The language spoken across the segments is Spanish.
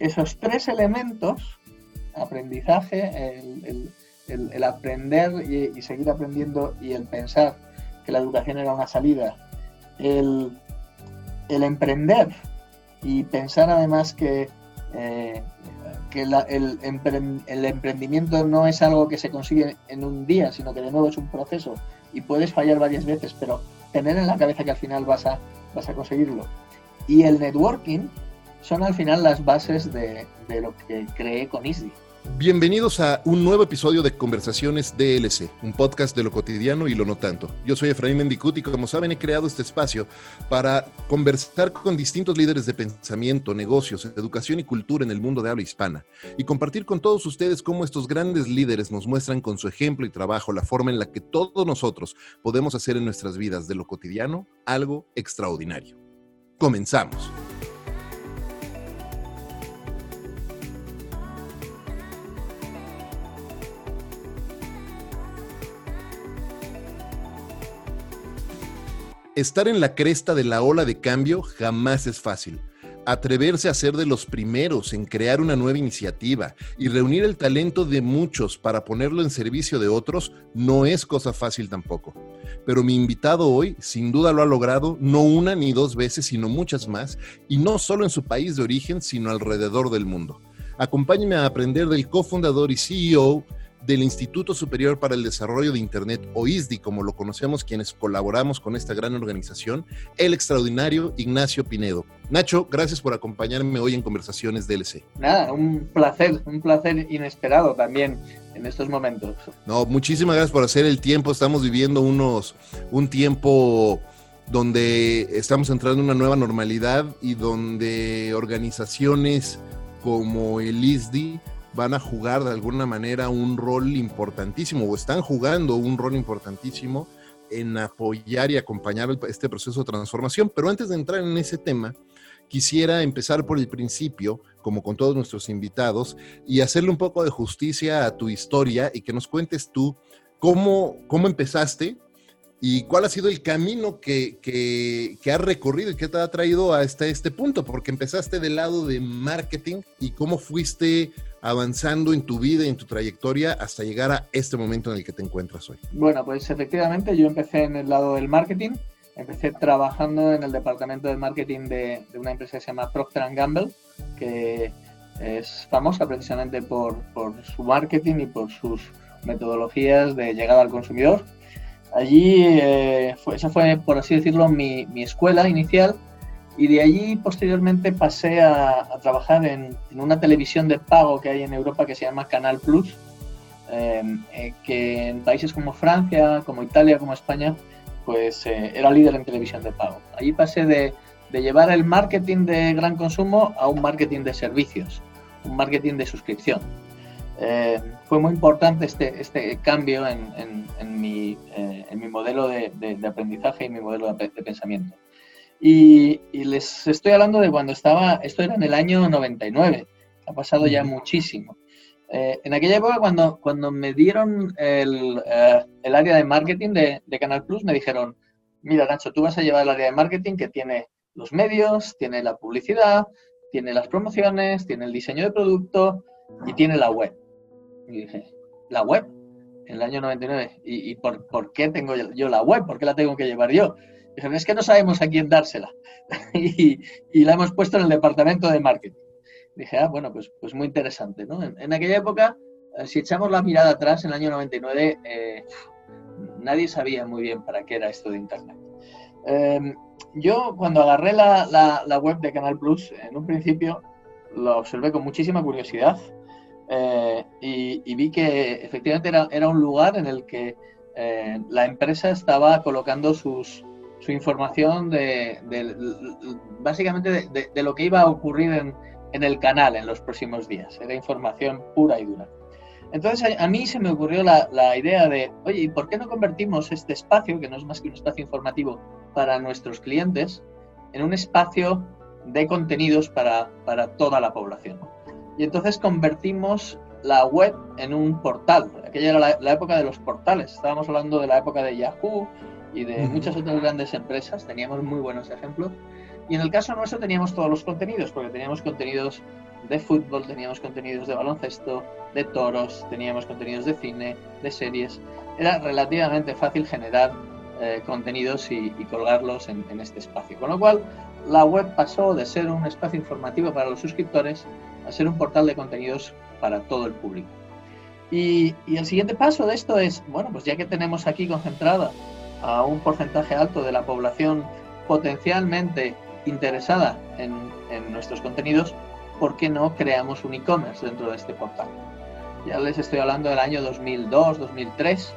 esos tres elementos, aprendizaje, el aprender y seguir aprendiendo, y el pensar que la educación era una salida, el emprender y pensar además que el emprendimiento no es algo que se consigue en un día, sino que de nuevo es un proceso y puedes fallar varias veces, pero tener en la cabeza que al final vas a conseguirlo. Y el networking son al final las bases de lo que creé con ISDI. Bienvenidos a un nuevo episodio de Conversaciones DLC, un podcast de lo cotidiano y lo no tanto. Yo soy Efraín Mendicuti y como saben he creado este espacio para conversar con distintos líderes de pensamiento, negocios, educación y cultura en el mundo de habla hispana y compartir con todos ustedes cómo estos grandes líderes nos muestran con su ejemplo y trabajo la forma en la que todos nosotros podemos hacer en nuestras vidas de lo cotidiano algo extraordinario. Comenzamos. Estar en la cresta de la ola de cambio jamás es fácil. Atreverse a ser de los primeros en crear una nueva iniciativa y reunir el talento de muchos para ponerlo en servicio de otros no es cosa fácil tampoco. Pero mi invitado hoy sin duda lo ha logrado no una ni dos veces, sino muchas más, y no solo en su país de origen, sino alrededor del mundo. Acompáñenme a aprender del cofundador y CEO del Instituto Superior para el Desarrollo de Internet, o ISDI, como lo conocemos quienes colaboramos con esta gran organización, el extraordinario Ignacio Pinedo. Nacho, gracias por acompañarme hoy en Conversaciones DLC. Nada, un placer inesperado también en estos momentos. No, muchísimas gracias por hacer el tiempo. Estamos viviendo un tiempo donde estamos entrando en una nueva normalidad y donde organizaciones como el ISDI van a jugar de alguna manera un rol importantísimo, o están jugando un rol importantísimo en apoyar y acompañar este proceso de transformación. Pero antes de entrar en ese tema, quisiera empezar por el principio, como con todos nuestros invitados, y hacerle un poco de justicia a tu historia y que nos cuentes tú cómo empezaste y cuál ha sido el camino que has recorrido y que te ha traído hasta este punto, porque empezaste del lado de marketing y cómo fuiste avanzando en tu vida y en tu trayectoria hasta llegar a este momento en el que te encuentras hoy. Bueno, pues efectivamente yo empecé en el lado del marketing. Empecé trabajando en el departamento de marketing de una empresa que se llama Procter & Gamble, que es famosa precisamente por su marketing y por sus metodologías de llegada al consumidor. Allí, esa fue, por así decirlo, mi escuela inicial, y de allí posteriormente pasé a trabajar en una televisión de pago que hay en Europa que se llama Canal Plus, que en países como Francia, como Italia, como España, pues era líder en televisión de pago. Allí pasé de llevar el marketing de gran consumo a un marketing de servicios, un marketing de suscripción. Fue muy importante este cambio en mi modelo de aprendizaje y mi modelo de pensamiento. Y les estoy hablando de cuando esto era en el año 99, ha pasado ya muchísimo. En aquella época, cuando me dieron el área de marketing de Canal Plus, me dijeron: mira, Nacho, tú vas a llevar el área de marketing que tiene los medios, tiene la publicidad, tiene las promociones, tiene el diseño de producto y tiene la web. Y dije: ¿la web? En el año 99. ¿Y por qué tengo yo la web? ¿Por qué la tengo que llevar yo? Dijeron: es que no sabemos a quién dársela. y la hemos puesto en el departamento de marketing. Dije: bueno, pues muy interesante, ¿no? En aquella época, si echamos la mirada atrás, en el año 99, nadie sabía muy bien para qué era esto de Internet. Yo, cuando agarré la web de Canal Plus, en un principio lo observé con muchísima curiosidad. Y vi que efectivamente era un lugar en el que la empresa estaba colocando su información básicamente de lo que iba a ocurrir en el canal en los próximos días. Era información pura y dura. Entonces a mí se me ocurrió la idea de: oye, ¿y por qué no convertimos este espacio, que no es más que un espacio informativo para nuestros clientes, en un espacio de contenidos para toda la población? Y entonces convertimos la web en un portal. Aquella era la época de los portales. Estábamos hablando de la época de Yahoo y de muchas otras grandes empresas. Teníamos muy buenos ejemplos. Y en el caso nuestro teníamos todos los contenidos, porque teníamos contenidos de fútbol, teníamos contenidos de baloncesto, de toros, teníamos contenidos de cine, de series. Era relativamente fácil generar contenidos y colgarlos en este espacio. Con lo cual, la web pasó de ser un espacio informativo para los suscriptores a ser un portal de contenidos para todo el público. Y el siguiente paso de esto es, bueno, pues ya que tenemos aquí concentrada a un porcentaje alto de la población potencialmente interesada en nuestros contenidos, ¿por qué no creamos un e-commerce dentro de este portal? Ya les estoy hablando del año 2002, 2003,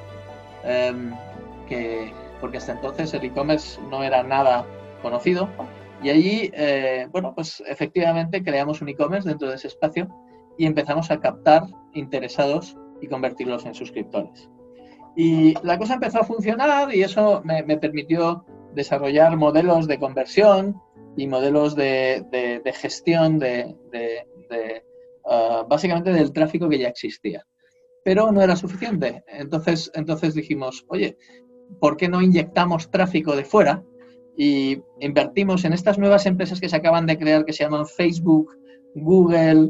porque hasta entonces el e-commerce no era nada conocido. Y allí, bueno, pues efectivamente creamos un e-commerce dentro de ese espacio y empezamos a captar interesados y convertirlos en suscriptores. Y la cosa empezó a funcionar y eso me permitió desarrollar modelos de conversión y modelos de gestión básicamente del tráfico que ya existía. Pero no era suficiente. Entonces dijimos, oye, ¿por qué no inyectamos tráfico de fuera y invertimos en estas nuevas empresas que se acaban de crear, que se llaman Facebook, Google?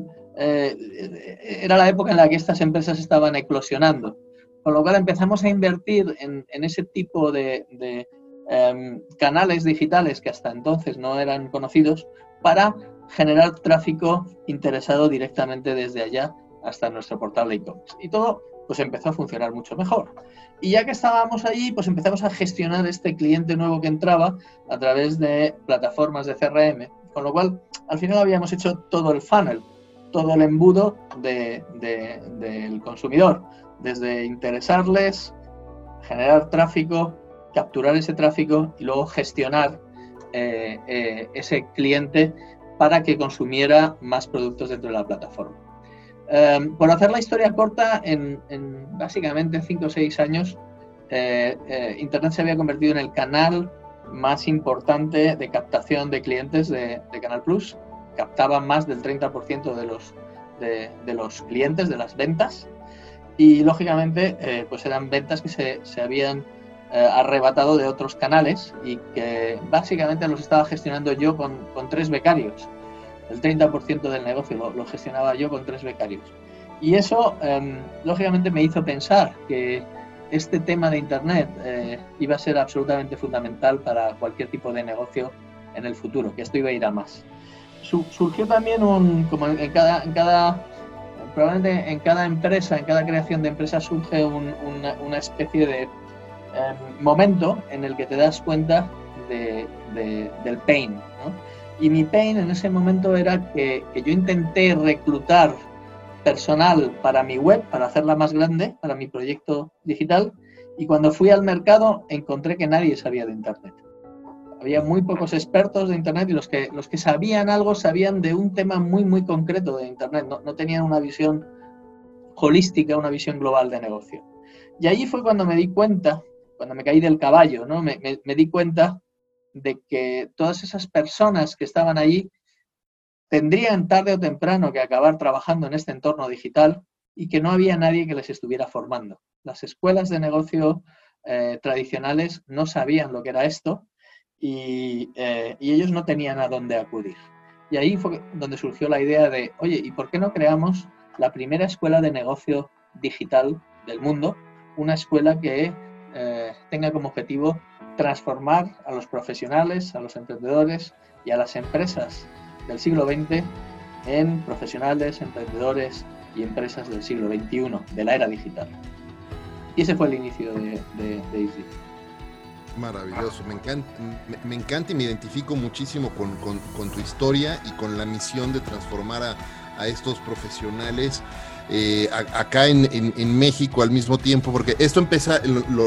Era la época en la que estas empresas estaban eclosionando. Con lo cual empezamos a invertir en ese tipo de canales digitales que hasta entonces no eran conocidos para generar tráfico interesado directamente desde allá hasta nuestro portal de e-commerce. Y todo pues empezó a funcionar mucho mejor. Y ya que estábamos allí, pues empezamos a gestionar este cliente nuevo que entraba a través de plataformas de CRM, con lo cual al final habíamos hecho todo el funnel, todo el embudo del consumidor, desde interesarles, generar tráfico, capturar ese tráfico y luego gestionar ese cliente para que consumiera más productos dentro de la plataforma. Por hacer la historia corta, en básicamente 5 o 6 años, Internet se había convertido en el canal más importante de captación de clientes de Canal Plus. Captaba más del 30% de los clientes, de las ventas, y lógicamente pues eran ventas que se habían arrebatado de otros canales y que básicamente los estaba gestionando yo con 3 becarios. El 30% del negocio lo gestionaba yo con 3 becarios. Y eso, lógicamente, me hizo pensar que este tema de Internet iba a ser absolutamente fundamental para cualquier tipo de negocio en el futuro, que esto iba a ir a más. Surgió también como probablemente en cada empresa, en cada creación de empresa surge una especie de momento en el que te das cuenta del pain, ¿no? Y mi pain en ese momento era que yo intenté reclutar personal para mi web, para hacerla más grande, para mi proyecto digital, y cuando fui al mercado encontré que nadie sabía de Internet. Había muy pocos expertos de Internet y los que sabían algo sabían de un tema muy, muy concreto de Internet. No tenían una visión holística, una visión global de negocio. Y ahí fue cuando me di cuenta, cuando me caí del caballo, ¿no? Me di cuenta de que todas esas personas que estaban allí tendrían tarde o temprano que acabar trabajando en este entorno digital y que no había nadie que les estuviera formando. Las escuelas de negocio tradicionales no sabían lo que era esto y ellos no tenían a dónde acudir. Y ahí fue donde surgió la idea de, oye, ¿y por qué no creamos la primera escuela de negocio digital del mundo? Una escuela que tenga como objetivo transformar a los profesionales, a los emprendedores y a las empresas del siglo XX en profesionales, emprendedores y empresas del siglo XXI, de la era digital. Y ese fue el inicio de Easy. Maravilloso, me encanta y me identifico muchísimo con tu historia y con la misión de transformar a estos profesionales acá en México al mismo tiempo, porque esto empieza,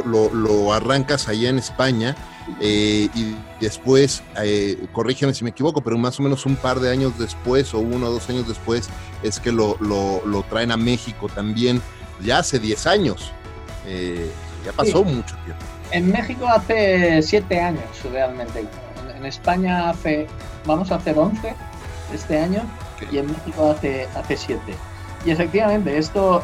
lo arrancas allá en España y después, corrígeme si me equivoco, pero más o menos un par de años después o 1 o 2 años después es que lo traen a México también, ya hace 10 años, ya pasó mucho tiempo. En México hace 7 años realmente, en España vamos a hacer 11 este año, okay. Y en México hace 7. Y efectivamente esto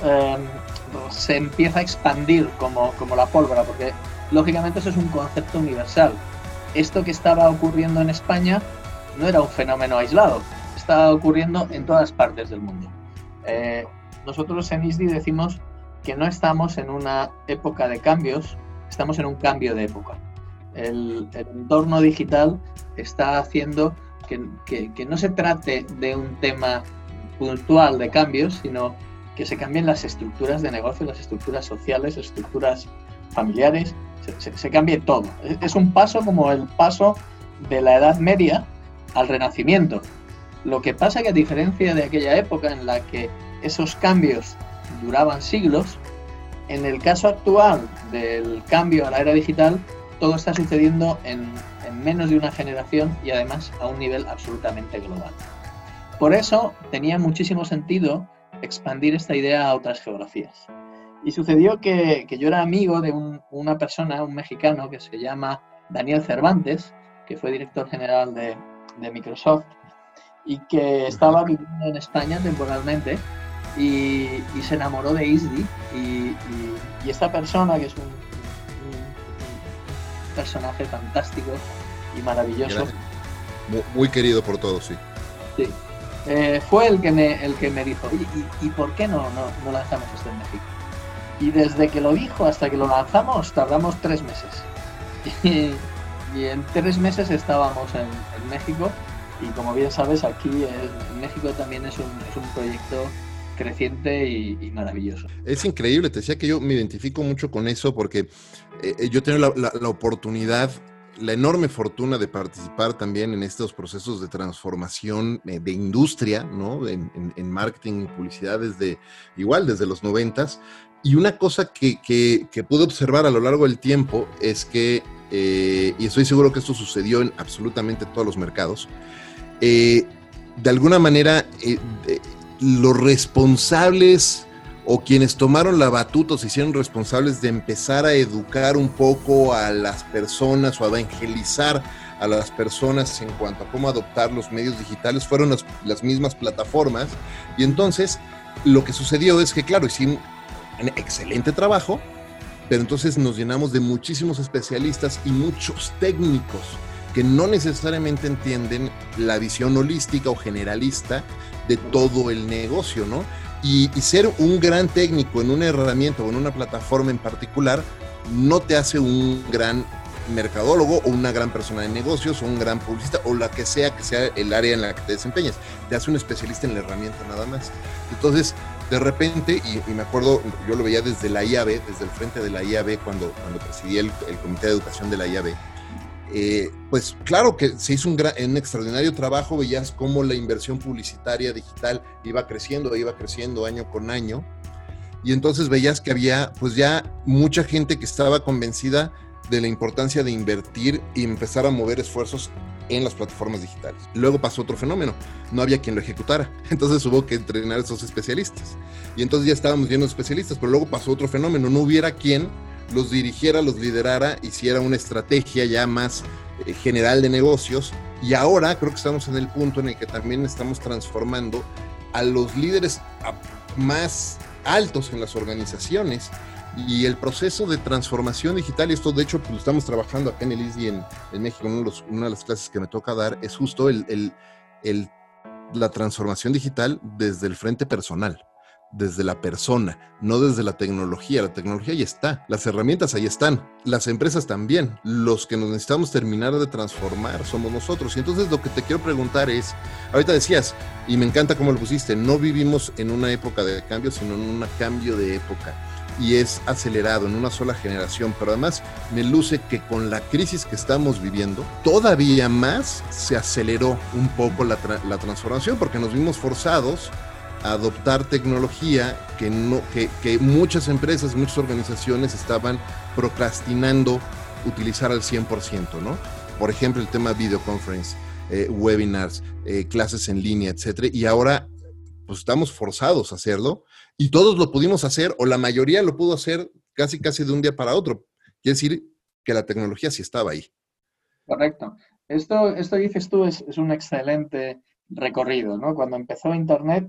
se empieza a expandir como la pólvora, porque lógicamente eso es un concepto universal. Esto que estaba ocurriendo en España no era un fenómeno aislado, está ocurriendo en todas partes del mundo. Nosotros en ISDI decimos que no estamos en una época de cambios, estamos en un cambio de época. El entorno digital está haciendo que no se trate de un tema puntual de cambios, sino que se cambien las estructuras de negocio, las estructuras sociales, estructuras familiares, se cambie todo. Es un paso como el paso de la Edad Media al Renacimiento. Lo que pasa es que, a diferencia de aquella época en la que esos cambios duraban siglos, en el caso actual del cambio a la era digital, todo está sucediendo en menos de una generación y además a un nivel absolutamente global. Por eso tenía muchísimo sentido expandir esta idea a otras geografías. Y sucedió que yo era amigo de una persona, un mexicano, que se llama Daniel Cervantes, que fue director general de Microsoft y que estaba viviendo en España temporalmente y se enamoró de ISDI y esta persona, que es un personaje fantástico y maravilloso. Muy querido por todos, sí. Sí. Fue el que me dijo, ¿y por qué no lanzamos esto en México? Y desde que lo dijo hasta que lo lanzamos tardamos 3 meses. Y en 3 meses estábamos en México, y como bien sabes, aquí en México también es un proyecto creciente y maravilloso. Es increíble, te decía que yo me identifico mucho con eso porque yo he tenido la oportunidad, la enorme fortuna de participar también en estos procesos de transformación de industria, ¿no? En marketing y publicidad desde los 90s. Y una cosa que pude observar a lo largo del tiempo es que, y estoy seguro que esto sucedió en absolutamente todos los mercados, de alguna manera los responsables o quienes tomaron la batuta o se hicieron responsables de empezar a educar un poco a las personas o a evangelizar a las personas en cuanto a cómo adoptar los medios digitales fueron las mismas plataformas. Y entonces lo que sucedió es que, claro, hicimos un excelente trabajo, pero entonces nos llenamos de muchísimos especialistas y muchos técnicos que no necesariamente entienden la visión holística o generalista de todo el negocio, ¿no? Y ser un gran técnico en una herramienta o en una plataforma en particular no te hace un gran mercadólogo o una gran persona de negocios o un gran publicista o la que sea el área en la que te desempeñes. Te hace un especialista en la herramienta nada más. Entonces, de repente, y me acuerdo, yo lo veía desde la IAB, desde el frente de la IAB, cuando presidí el Comité de Educación de la IAB, pues claro que se hizo un extraordinario trabajo, veías cómo la inversión publicitaria digital iba creciendo año con año, y entonces veías que había pues ya mucha gente que estaba convencida de la importancia de invertir y empezar a mover esfuerzos en las plataformas digitales. Luego pasó otro fenómeno, no había quien lo ejecutara, entonces hubo que entrenar a esos especialistas, y entonces ya estábamos llenos de especialistas, pero luego pasó otro fenómeno, no hubiera quien los dirigiera, los liderara, hiciera una estrategia ya más general de negocios, y ahora creo que estamos en el punto en el que también estamos transformando a los líderes más altos en las organizaciones, y el proceso de transformación digital, y esto de hecho pues, lo estamos trabajando acá en el ISDI en México, una de las clases que me toca dar es justo la transformación digital desde el frente personal, desde la persona, no desde la tecnología. La tecnología ya está, las herramientas ahí están, las empresas también. Los que nos necesitamos terminar de transformar somos nosotros. Y entonces lo que te quiero preguntar es, ahorita decías, y me encanta cómo lo pusiste, no vivimos en una época de cambio, sino en un cambio de época. Y es acelerado en una sola generación, pero además me luce que con la crisis que estamos viviendo, todavía más se aceleró un poco la transformación, porque nos vimos forzados a adoptar tecnología que muchas empresas, muchas organizaciones estaban procrastinando utilizar al 100%, ¿no? Por ejemplo, el tema videoconference, webinars, clases en línea, etcétera, y ahora pues estamos forzados a hacerlo, y todos lo pudimos hacer, o la mayoría lo pudo hacer casi de un día para otro. Quiere decir que la tecnología sí estaba ahí. Correcto. Esto dices tú es un excelente recorrido, ¿no? Cuando empezó Internet,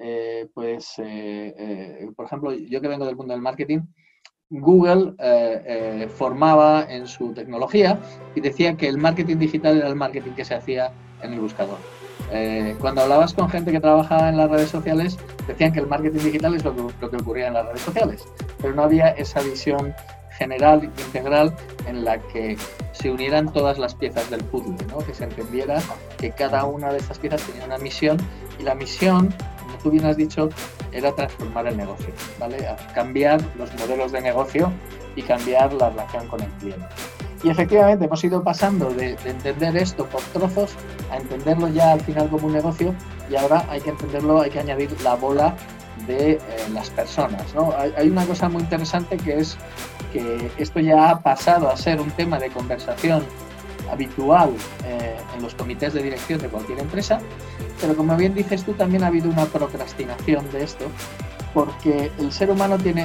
por ejemplo, yo que vengo del mundo del marketing, Google formaba en su tecnología y decía que el marketing digital era el marketing que se hacía en el buscador. Cuando hablabas con gente que trabaja en las redes sociales, decían que el marketing digital es lo que ocurría en las redes sociales, pero no había esa visión general, integral, en la que se unieran todas las piezas del puzzle, ¿no? Que se entendiera que cada una de estas piezas tenía una misión, y la misión, como tú bien has dicho, era transformar el negocio, ¿vale? Cambiar los modelos de negocio y cambiar la relación con el cliente. Y efectivamente hemos ido pasando de entender esto por trozos a entenderlo ya al final como un negocio, y ahora hay que entenderlo, hay que añadir la bola de las personas, ¿no? Hay una cosa muy interesante, que es que esto ya ha pasado a ser un tema de conversación habitual en los comités de dirección de cualquier empresa, pero como bien dices tú, también ha habido una procrastinación de esto, porque el ser humano tiene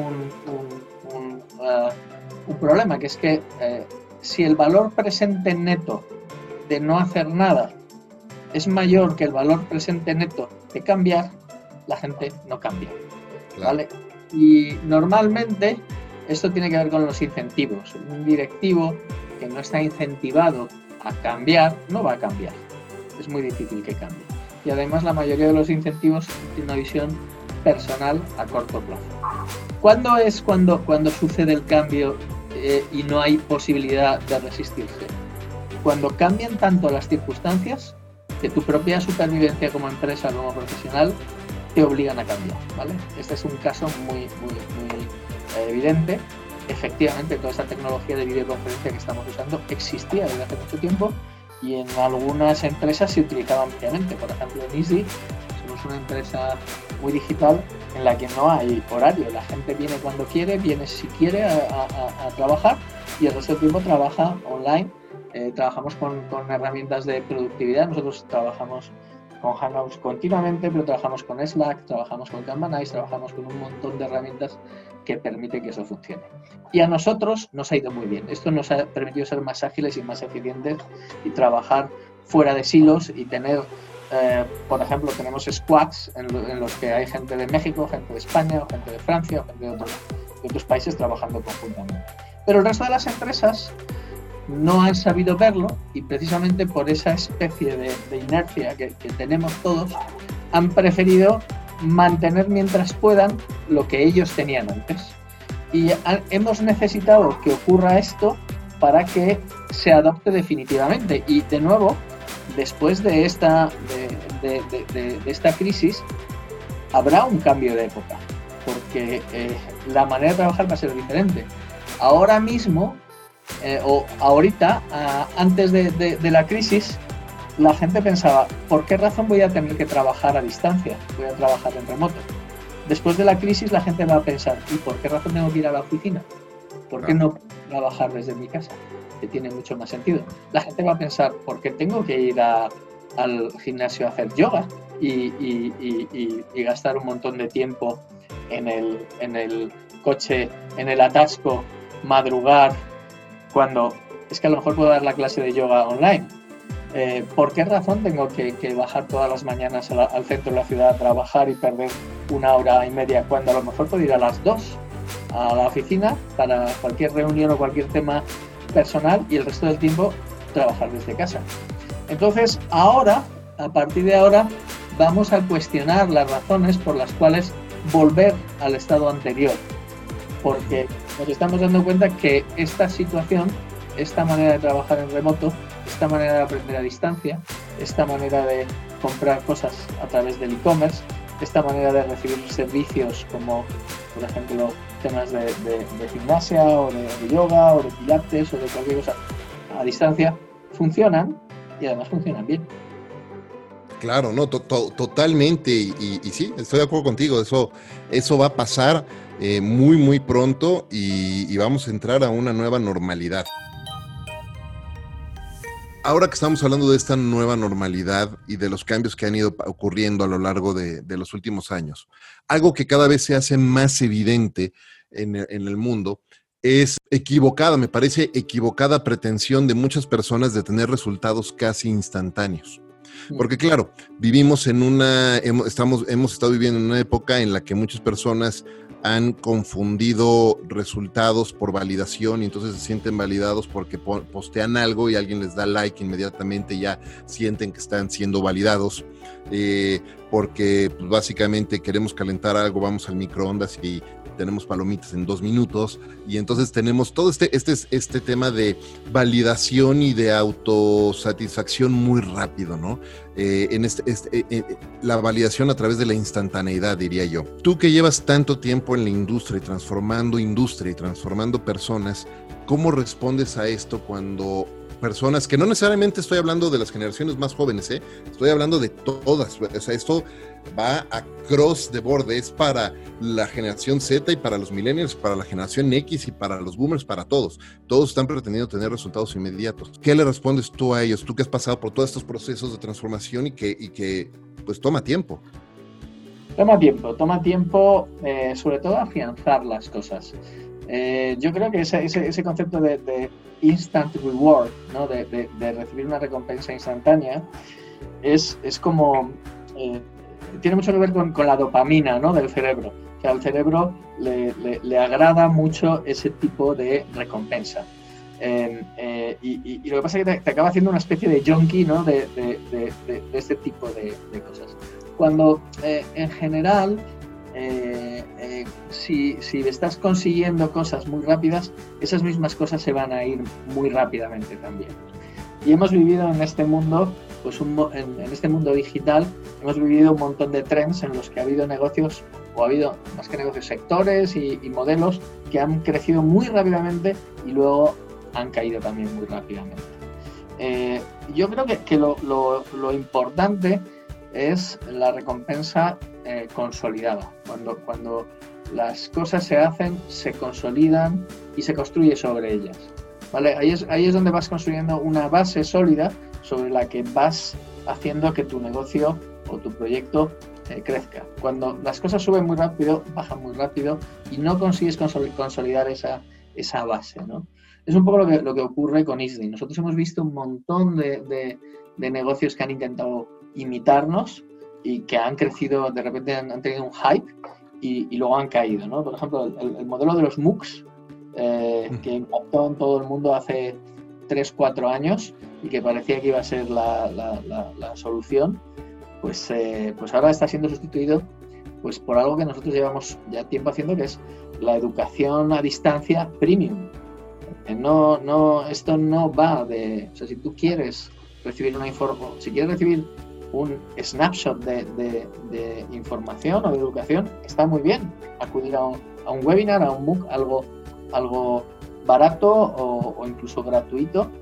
un problema, que es que si el valor presente neto de no hacer nada es mayor que el valor presente neto de cambiar, la gente no cambia, ¿vale? Y normalmente esto tiene que ver con los incentivos. Un directivo que no está incentivado a cambiar, no va a cambiar. Es muy difícil que cambie. Y además la mayoría de los incentivos tienen una visión personal a corto plazo. ¿Cuándo es cuando sucede el cambio y no hay posibilidad de resistirse? Cuando cambian tanto las circunstancias que tu propia supervivencia como empresa, como profesional, te obligan a cambiar, ¿vale? Este es un caso muy evidente. Efectivamente, toda esta tecnología de videoconferencia que estamos usando existía desde hace mucho tiempo, y en algunas empresas se utilizaba ampliamente. Por ejemplo, en Easy somos una empresa muy digital en la que no hay horario. La gente viene cuando quiere, viene si quiere a trabajar, y el resto del tiempo trabaja online. Trabajamos con herramientas de productividad. Nosotros trabajamos con Hangouts continuamente, pero trabajamos con Slack, trabajamos con Kanban-Ice, trabajamos con un montón de herramientas que permiten que eso funcione. Y a nosotros nos ha ido muy bien. Esto nos ha permitido ser más ágiles y más eficientes y trabajar fuera de silos y tener, por ejemplo, tenemos squads en los que hay gente de México, gente de España, gente de Francia, gente de otros países trabajando conjuntamente. Pero el resto de las empresas no han sabido verlo, y precisamente por esa especie de inercia que tenemos todos, han preferido mantener mientras puedan lo que ellos tenían antes. Y hemos necesitado que ocurra esto para que se adopte definitivamente. Y de nuevo, después de esta crisis, habrá un cambio de época, porque la manera de trabajar va a ser diferente. Ahora mismo, o ahorita, antes de la crisis, la gente pensaba, ¿por qué razón voy a tener que trabajar a distancia? Voy a trabajar en remoto. Después de la crisis, la gente va a pensar, ¿y por qué razón tengo que ir a la oficina? ¿Por qué no trabajar desde mi casa? Que tiene mucho más sentido. La gente va a pensar, ¿por qué tengo que ir al gimnasio a hacer yoga y gastar un montón de tiempo en el coche, en el atasco, madrugar, cuando es que a lo mejor puedo dar la clase de yoga online? ¿Por qué razón tengo que bajar todas las mañanas al centro de la ciudad a trabajar y perder 1 hora y media, cuando a lo mejor puedo ir a las 2 a la oficina para cualquier reunión o cualquier tema personal, y el resto del tiempo trabajar desde casa? Entonces, ahora, a partir de ahora, vamos a cuestionar las razones por las cuales volver al estado anterior, porque nos estamos dando cuenta que esta situación, esta manera de trabajar en remoto, esta manera de aprender a distancia, esta manera de comprar cosas a través del e-commerce, esta manera de recibir servicios como, por ejemplo, temas de gimnasia o de yoga o de pilates o de cualquier cosa a distancia, funcionan, y además funcionan bien. Claro, no, totalmente, y sí, estoy de acuerdo contigo, eso va a pasar muy pronto, y vamos a entrar a una nueva normalidad. Ahora que estamos hablando de esta nueva normalidad y de los cambios que han ido ocurriendo a lo largo de los últimos años, algo que cada vez se hace más evidente en el mundo es me parece equivocada pretensión de muchas personas de tener resultados casi instantáneos. Porque claro, hemos estado viviendo en una época en la que muchas personas han confundido resultados por validación y entonces se sienten validados porque postean algo y alguien les da like inmediatamente, ya sienten que están siendo validados, porque pues, básicamente queremos calentar algo, vamos al microondas y tenemos palomitas en 2 minutos, y entonces tenemos todo este tema de validación y de autosatisfacción muy rápido, ¿no? La validación a través de la instantaneidad, diría yo. Tú que llevas tanto tiempo en la industria y transformando personas, ¿cómo respondes a esto cuando personas, que no necesariamente estoy hablando de las generaciones más jóvenes, estoy hablando de todas, o sea, esto va across the board, es para la generación Z y para los millennials, para la generación X y para los boomers, para todos están pretendiendo tener resultados inmediatos? ¿Qué le respondes tú a ellos, tú que has pasado por todos estos procesos de transformación y que pues toma tiempo? Toma tiempo, sobre todo afianzar las cosas. Yo creo que ese concepto de instant reward, ¿no? de recibir una recompensa instantánea, es como... tiene mucho que ver con la dopamina, ¿no? del cerebro, que al cerebro le agrada mucho ese tipo de recompensa. Y lo que pasa es que te acaba haciendo una especie de junkie, ¿no? de este tipo de cosas. Cuando en general, si estás consiguiendo cosas muy rápidas, esas mismas cosas se van a ir muy rápidamente también. Y hemos vivido en este mundo, pues en este mundo digital, hemos vivido un montón de trends en los que ha habido negocios, o ha habido más que negocios, sectores y modelos que han crecido muy rápidamente y luego han caído también muy rápidamente. Yo creo que lo importante es la recompensa consolidada. Cuando las cosas se hacen, se consolidan y se construye sobre ellas, ¿vale? Ahí es donde vas construyendo una base sólida sobre la que vas haciendo que tu negocio o tu proyecto crezca. Cuando las cosas suben muy rápido, bajan muy rápido y no consigues consolidar esa base, ¿no? Es un poco lo que ocurre con ISDI. Nosotros hemos visto un montón de negocios que han intentado imitarnos y que han crecido, de repente han tenido un hype y luego han caído, ¿no? Por ejemplo, el modelo de los MOOCs, que impactó en todo el mundo hace 3-4 años y que parecía que iba a ser la solución, pues ahora está siendo sustituido pues por algo que nosotros llevamos ya tiempo haciendo, que es la educación a distancia premium. Esto no va de... O sea, si tú quieres recibir si quieres recibir un snapshot de información o de educación, está muy bien acudir a un webinar, a un MOOC, algo barato o incluso gratuito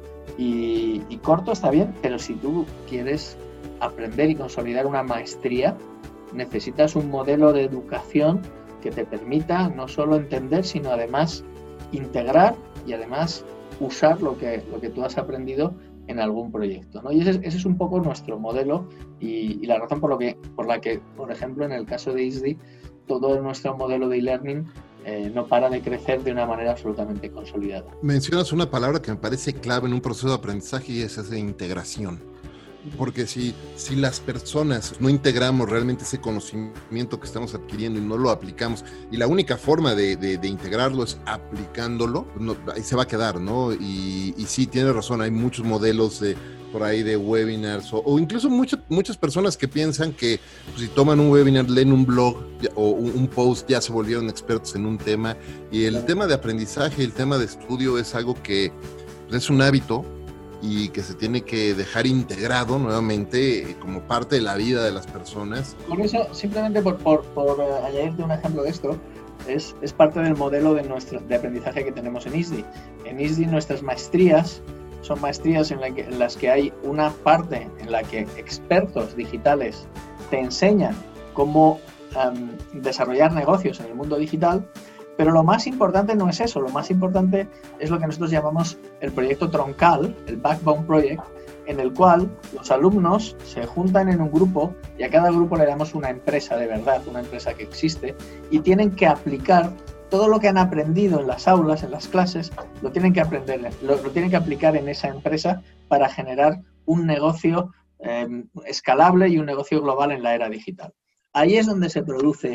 y corto, está bien, pero si tú quieres aprender y consolidar una maestría, necesitas un modelo de educación que te permita no solo entender, sino además integrar y además usar lo que tú has aprendido en algún proyecto, ¿no? Y ese es un poco nuestro modelo y la razón por la que, por ejemplo, en el caso de ISDI, todo nuestro modelo de e-learning no para de crecer de una manera absolutamente consolidada. Mencionas una palabra que me parece clave en un proceso de aprendizaje y es esa integración. Porque si las personas no integramos realmente ese conocimiento que estamos adquiriendo y no lo aplicamos, y la única forma de integrarlo es aplicándolo, ahí se va a quedar, ¿no? Y sí, tienes razón, hay muchos modelos por ahí de webinars o incluso muchas personas que piensan que pues, si toman un webinar, leen un blog o un post, ya se volvieron expertos en un tema. Y el tema de aprendizaje, el tema de estudio es algo que pues, es un hábito y que se tiene que dejar integrado nuevamente como parte de la vida de las personas. Con eso, simplemente por añadirte un ejemplo de esto, es parte del modelo de aprendizaje que tenemos en ISDI. En ISDI nuestras maestrías son maestrías en las que hay una parte en la que expertos digitales te enseñan cómo desarrollar negocios en el mundo digital. Pero lo más importante no es eso, lo más importante es lo que nosotros llamamos el proyecto troncal, el Backbone Project, en el cual los alumnos se juntan en un grupo y a cada grupo le damos una empresa de verdad, una empresa que existe, y tienen que aplicar todo lo que han aprendido en las aulas, en las clases, lo tienen que aprender, lo tienen que aplicar en esa empresa para generar un negocio escalable y un negocio global en la era digital. Ahí es donde se produce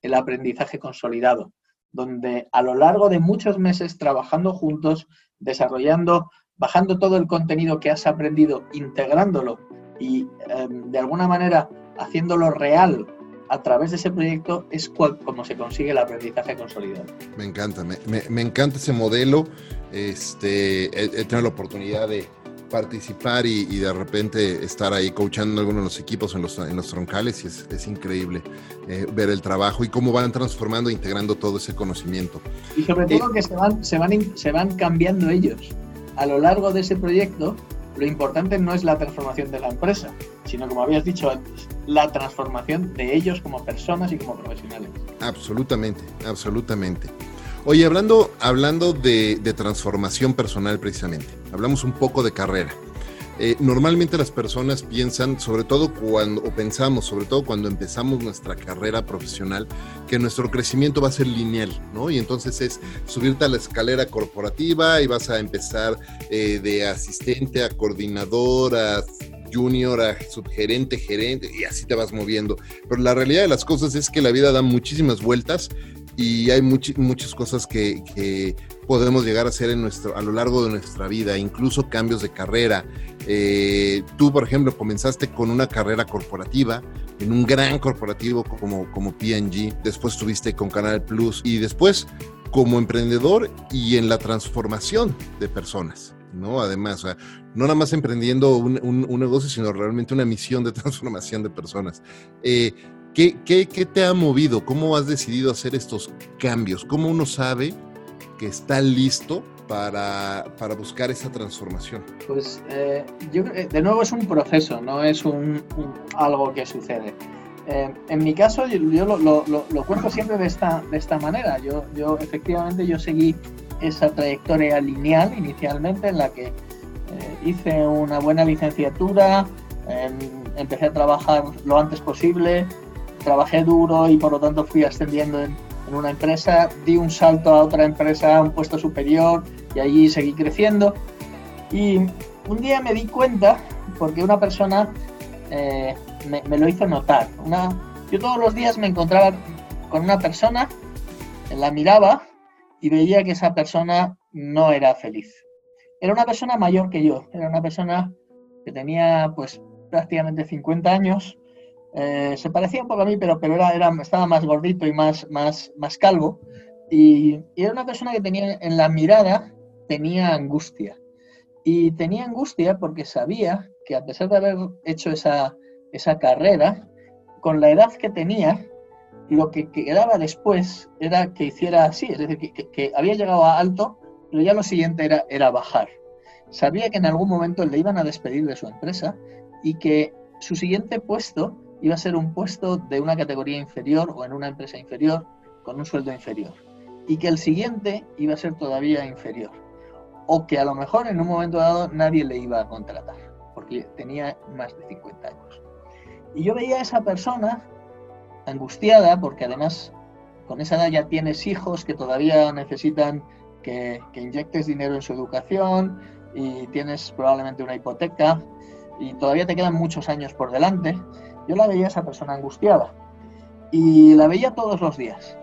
el aprendizaje consolidado, donde a lo largo de muchos meses trabajando juntos, desarrollando, bajando todo el contenido que has aprendido, integrándolo y de alguna manera haciéndolo real a través de ese proyecto, es como se consigue el aprendizaje consolidado. Me encanta, me encanta ese modelo. He tenido la oportunidad de participar y de repente estar ahí coachando algunos de los equipos en los troncales, y es increíble ver el trabajo y cómo van transformando e integrando todo ese conocimiento. Y sobre todo que se van cambiando ellos. A lo largo de ese proyecto, lo importante no es la transformación de la empresa, sino, como habías dicho antes, la transformación de ellos como personas y como profesionales. Absolutamente, absolutamente. Oye, hablando de transformación personal precisamente, hablamos un poco de carrera. Normalmente las personas piensan, pensamos, sobre todo cuando empezamos nuestra carrera profesional, que nuestro crecimiento va a ser lineal, ¿no? Y entonces es subirte a la escalera corporativa y vas a empezar de asistente a coordinador, a junior, a subgerente, gerente, y así te vas moviendo. Pero la realidad de las cosas es que la vida da muchísimas vueltas y hay muchas cosas que podemos llegar a hacer a lo largo de nuestra vida, incluso cambios de carrera. Tú, por ejemplo, comenzaste con una carrera corporativa en un gran corporativo como P&G, después estuviste con Canal Plus y después como emprendedor y en la transformación de personas, ¿no? Además, o sea, no nada más emprendiendo un negocio, sino realmente una misión de transformación de personas. ¿Qué te ha movido? ¿Cómo has decidido hacer estos cambios? ¿Cómo uno sabe que está listo para buscar esa transformación? Pues yo creo que de nuevo es un proceso, no es algo que sucede. En mi caso, yo lo cuento siempre de esta manera. Yo efectivamente seguí esa trayectoria lineal inicialmente, en la que hice una buena licenciatura, empecé a trabajar lo antes posible, trabajé duro y por lo tanto fui ascendiendo en una empresa, di un salto a otra empresa, a un puesto superior, y allí seguí creciendo. Y un día me di cuenta, porque una persona me lo hizo notar. Yo todos los días me encontraba con una persona, la miraba y veía que esa persona no era feliz. Era una persona mayor que yo, era una persona que tenía pues prácticamente 50 años, se parecía un poco a mí, pero estaba más gordito y más calvo, y era una persona que tenía en la mirada, tenía angustia. Y tenía angustia porque sabía que, a pesar de haber hecho esa carrera, con la edad que tenía, lo que quedaba después era que hiciera así, es decir, que había llegado a alto, pero ya lo siguiente era bajar. Sabía que en algún momento le iban a despedir de su empresa y que su siguiente puesto iba a ser un puesto de una categoría inferior o en una empresa inferior con un sueldo inferior, y que el siguiente iba a ser todavía inferior, o que a lo mejor en un momento dado nadie le iba a contratar porque tenía más de 50 años. Y yo veía a esa persona angustiada, porque además con esa edad ya tienes hijos que todavía necesitan que inyectes dinero en su educación, y tienes probablemente una hipoteca y todavía te quedan muchos años por delante. Yo la veía a esa persona angustiada y la veía todos los días,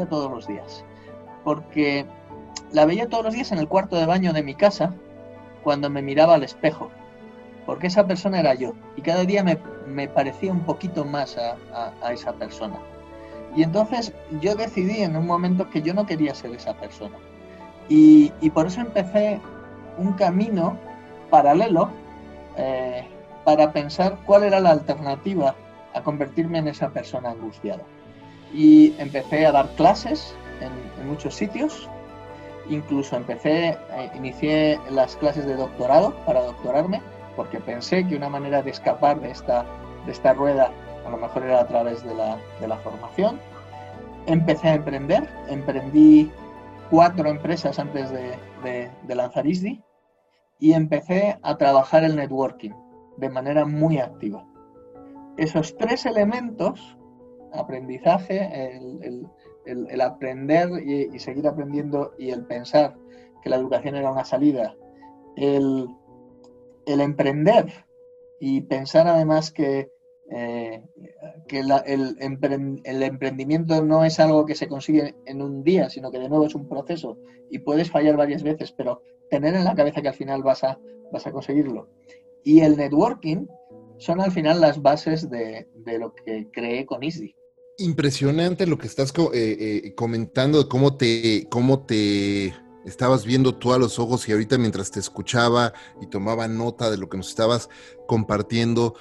porque la veía todos los días en el cuarto de baño de mi casa cuando me miraba al espejo, porque esa persona era yo y cada día me parecía un poquito más a esa persona. Y entonces yo decidí en un momento que yo no quería ser esa persona, y por eso empecé un camino paralelo para pensar cuál era la alternativa a convertirme en esa persona angustiada. Y empecé a dar clases en muchos sitios, incluso inicié las clases de doctorado para doctorarme, porque pensé que una manera de escapar de esta rueda a lo mejor era a través de la formación. Empecé a emprendí 4 empresas antes de lanzar ISDI, y empecé a trabajar el networking de manera muy activa. Esos 3 elementos, aprendizaje, el aprender y seguir aprendiendo, y el pensar que la educación era una salida, el emprender y pensar además que que el emprendimiento no es algo que se consigue en un día, sino que de nuevo es un proceso y puedes fallar varias veces, pero tener en la cabeza que al final vas a conseguirlo. Y el networking son al final las bases de lo que creé con Easy. Impresionante lo que estás comentando, cómo te estabas viendo tú a los ojos, y ahorita mientras te escuchaba y tomaba nota de lo que nos estabas compartiendo,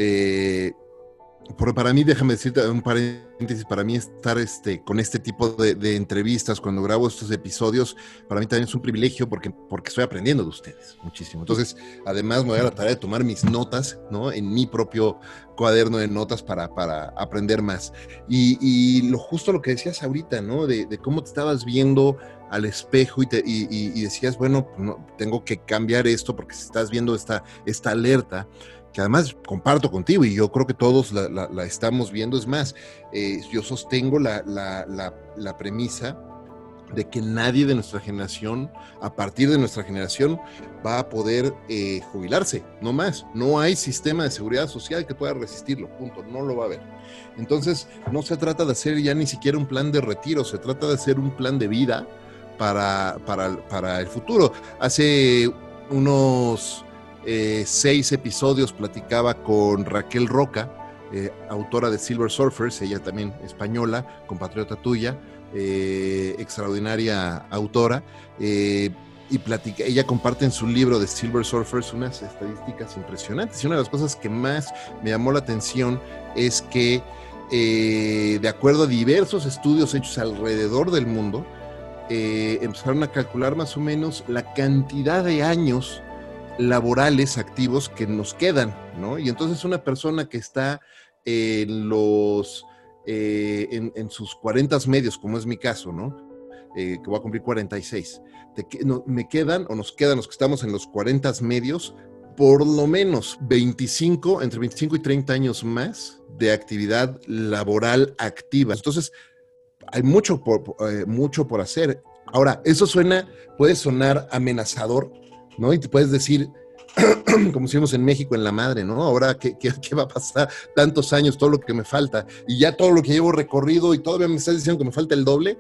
para mí, déjame decirte un paréntesis, para mí estar con este tipo de entrevistas, cuando grabo estos episodios, para mí también es un privilegio porque estoy aprendiendo de ustedes muchísimo. Entonces, además me voy a la tarea de tomar mis notas, ¿no? En mi propio cuaderno de notas para aprender más. Y justo lo que decías ahorita, ¿no? De cómo te estabas viendo al espejo y decías, bueno, no, tengo que cambiar esto porque si estás viendo esta alerta, que además comparto contigo y yo creo que todos la estamos viendo. Es más, yo sostengo la premisa de que nadie de nuestra generación, a partir de nuestra generación, va a poder jubilarse, no más. No hay sistema de seguridad social que pueda resistirlo, punto, no lo va a haber. Entonces, no se trata de hacer ya ni siquiera un plan de retiro, se trata de hacer un plan de vida para el futuro. Hace unos 6 episodios platicaba con Raquel Roca, autora de Silver Surfers, ella también española, compatriota tuya, extraordinaria autora, y ella comparte en su libro de Silver Surfers unas estadísticas impresionantes, y una de las cosas que más me llamó la atención es que de acuerdo a diversos estudios hechos alrededor del mundo, empezaron a calcular más o menos la cantidad de años laborales activos que nos quedan, ¿no? Y entonces una persona que está en sus 40 medios, como es mi caso, ¿no? Que voy a cumplir 46, nos quedan los que estamos en los 40 medios, por lo menos entre 25 y 30 años más de actividad laboral activa. Entonces, hay mucho por hacer. Ahora, eso puede sonar amenazador, ¿no? Y te puedes decir, como decimos en México, en la madre, ¿no? Ahora, ¿qué va a pasar? Tantos años, todo lo que me falta, y ya todo lo que llevo recorrido, y todavía me estás diciendo que me falta el doble,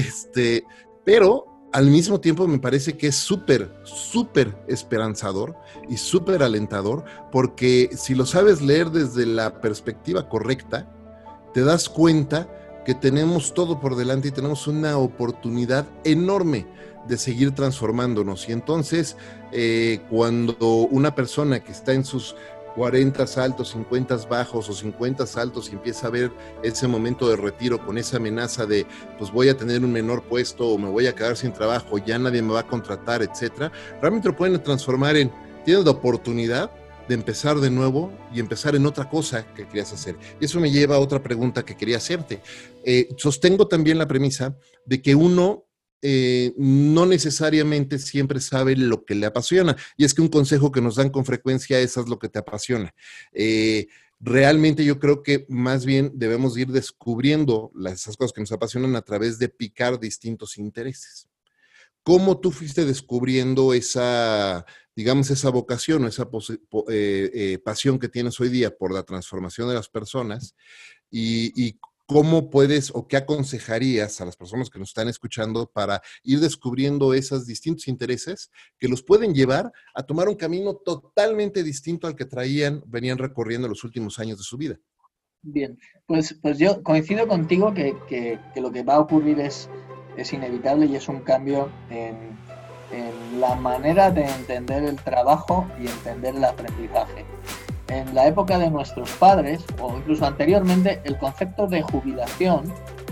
pero al mismo tiempo me parece que es súper, súper esperanzador y súper alentador, porque si lo sabes leer desde la perspectiva correcta, te das cuenta que tenemos todo por delante y tenemos una oportunidad enorme de seguir transformándonos. Y entonces, cuando una persona que está en sus 40 altos, 50 bajos o 50 altos y empieza a ver ese momento de retiro con esa amenaza de, pues voy a tener un menor puesto o me voy a quedar sin trabajo, ya nadie me va a contratar, etcétera, realmente lo pueden transformar en, tienes la oportunidad de empezar de nuevo y empezar en otra cosa que querías hacer. Y eso me lleva a otra pregunta que quería hacerte. Sostengo también la premisa de que uno no necesariamente siempre sabe lo que le apasiona, y es que un consejo que nos dan con frecuencia es haz lo que te apasiona. Realmente yo creo que más bien debemos ir descubriendo esas cosas que nos apasionan a través de picar distintos intereses. ¿Cómo tú fuiste descubriendo esa vocación o esa pasión que tienes hoy día por la transformación de las personas, y cómo puedes o qué aconsejarías a las personas que nos están escuchando para ir descubriendo esos distintos intereses que los pueden llevar a tomar un camino totalmente distinto al que venían recorriendo los últimos años de su vida? Bien, pues yo coincido contigo que lo que va a ocurrir es inevitable, y es un cambio en la manera de entender el trabajo y entender el aprendizaje. En la época de nuestros padres, o incluso anteriormente, el concepto de jubilación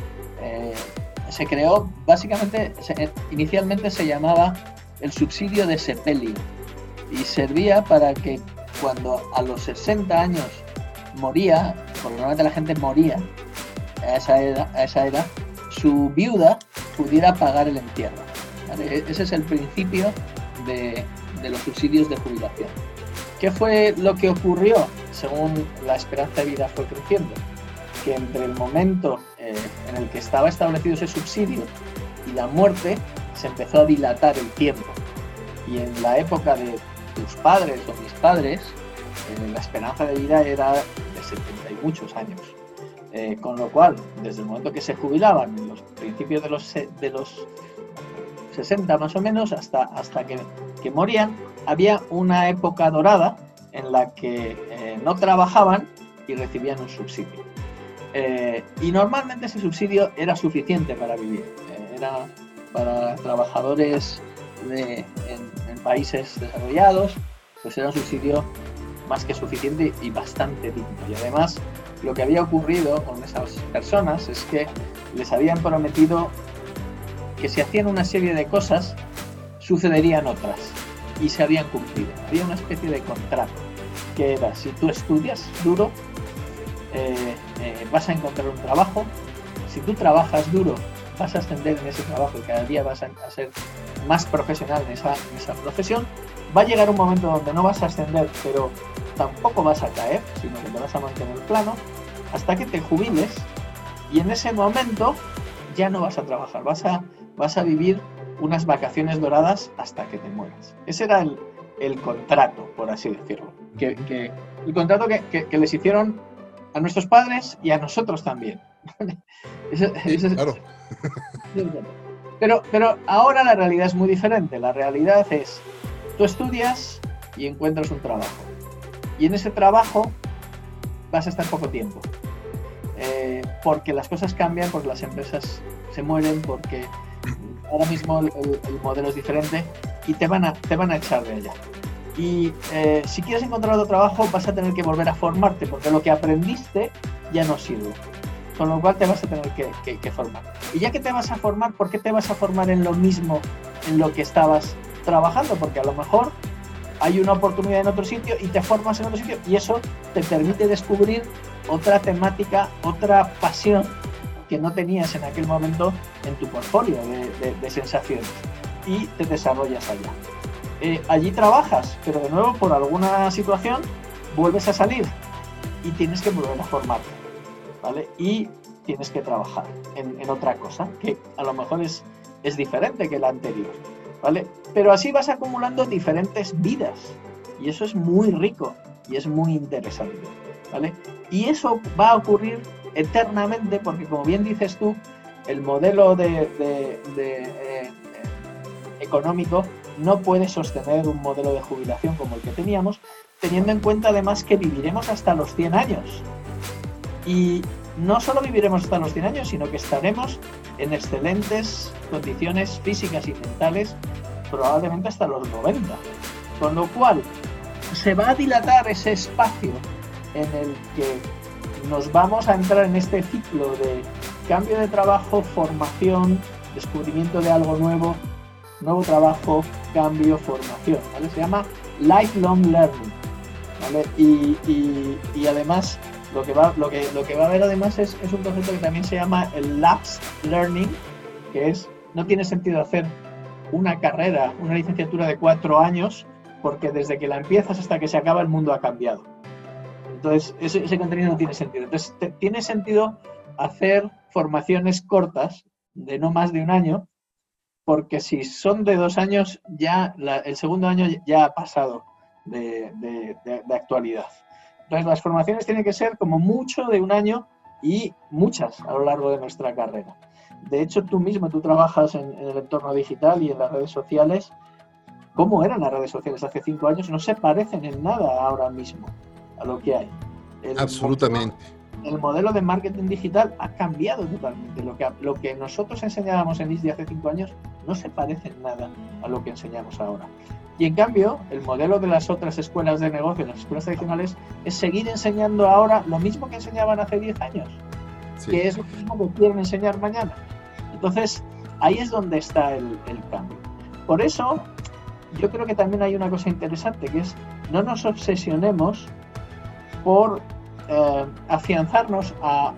se creó, básicamente, inicialmente se llamaba el subsidio de sepelio, y servía para que cuando a los 60 años moría, porque normalmente la gente moría a esa edad, su viuda pudiera pagar el entierro, ¿vale? Ese es el principio de los subsidios de jubilación. ¿Qué fue lo que ocurrió según la esperanza de vida fue creciendo? Que entre el momento en el que estaba establecido ese subsidio y la muerte, se empezó a dilatar el tiempo. Y en la época de tus padres o mis padres, la esperanza de vida era de 70 y muchos años. Con lo cual, desde el momento que se jubilaban, en los principios de los 60 más o menos, hasta que morían, había una época dorada en la que no trabajaban y recibían un subsidio. Y normalmente ese subsidio era suficiente para vivir. Era para trabajadores en países desarrollados, pues era un subsidio más que suficiente y bastante digno. Y además, lo que había ocurrido con esas personas es que les habían prometido que si hacían una serie de cosas, sucederían otras, y se habían cumplido. Había una especie de contrato, que era: si tú estudias duro, vas a encontrar un trabajo. Si tú trabajas duro, vas a ascender en ese trabajo y cada día vas a ser más profesional en esa profesión. Va a llegar un momento donde no vas a ascender, pero tampoco vas a caer, sino que te vas a mantener plano hasta que te jubiles, y en ese momento ya no vas a trabajar, vas a vivir unas vacaciones doradas hasta que te mueras. Ese era el contrato, por así decirlo, el contrato que les hicieron a nuestros padres y a nosotros también. Claro. Pero ahora la realidad es muy diferente. La realidad es: tú estudias y encuentras un trabajo, y en ese trabajo vas a estar poco tiempo, porque las cosas cambian, porque las empresas se mueren, porque ahora mismo el modelo es diferente y te van a echar de allá. Y si quieres encontrar otro trabajo, vas a tener que volver a formarte, porque lo que aprendiste ya no sirve, con lo cual te vas a tener que formar. Y ya que te vas a formar, ¿por qué te vas a formar en lo mismo en lo que estabas trabajando? Porque a lo mejor hay una oportunidad en otro sitio y te formas en otro sitio, y eso te permite descubrir otra temática, otra pasión que no tenías en aquel momento en tu portfolio de sensaciones, y te desarrollas allá. Allí trabajas, pero de nuevo, por alguna situación, vuelves a salir y tienes que volver a formarte, ¿vale? Y tienes que trabajar en otra cosa que a lo mejor es diferente que la anterior, ¿vale? Pero así vas acumulando diferentes vidas, y eso es muy rico y es muy interesante, ¿vale? Y eso va a ocurrir eternamente, porque, como bien dices tú, el modelo económico no puede sostener un modelo de jubilación como el que teníamos, teniendo en cuenta además que viviremos hasta los 100 años. Y no solo viviremos hasta los 100 años, sino que estaremos en excelentes condiciones físicas y mentales probablemente hasta los 90. Con lo cual, se va a dilatar ese espacio en el que nos vamos a entrar en este ciclo de cambio de trabajo, formación, descubrimiento de algo nuevo, nuevo trabajo, cambio, formación, ¿vale? Se llama lifelong learning, ¿vale? Y además lo que va a haber además es un concepto que también se llama el lapsed learning, que es: no tiene sentido hacer una carrera, una licenciatura de 4 años, porque desde que la empiezas hasta que se acaba el mundo ha cambiado. Entonces ese contenido no tiene sentido. Entonces tiene sentido hacer formaciones cortas de no más de 1 año, porque si son de 2 años, ya el segundo año ya ha pasado de actualidad. Entonces las formaciones tienen que ser como mucho de 1 año, y muchas a lo largo de nuestra carrera. De hecho, tú trabajas en el entorno digital y en las redes sociales. ¿Cómo eran las redes sociales hace 5 años? No se parecen en nada ahora mismo a lo que hay. Absolutamente. El modelo de marketing digital ha cambiado totalmente. Lo que nosotros enseñábamos en ISDI hace 5 años no se parece en nada a lo que enseñamos ahora. Y en cambio, el modelo de las otras escuelas de negocio, las escuelas tradicionales, es seguir enseñando ahora lo mismo que enseñaban hace 10 años, sí, que es lo mismo que quieren enseñar mañana. Entonces, ahí es donde está el cambio. Por eso, yo creo que también hay una cosa interesante, que es: no nos obsesionemos por afianzarnos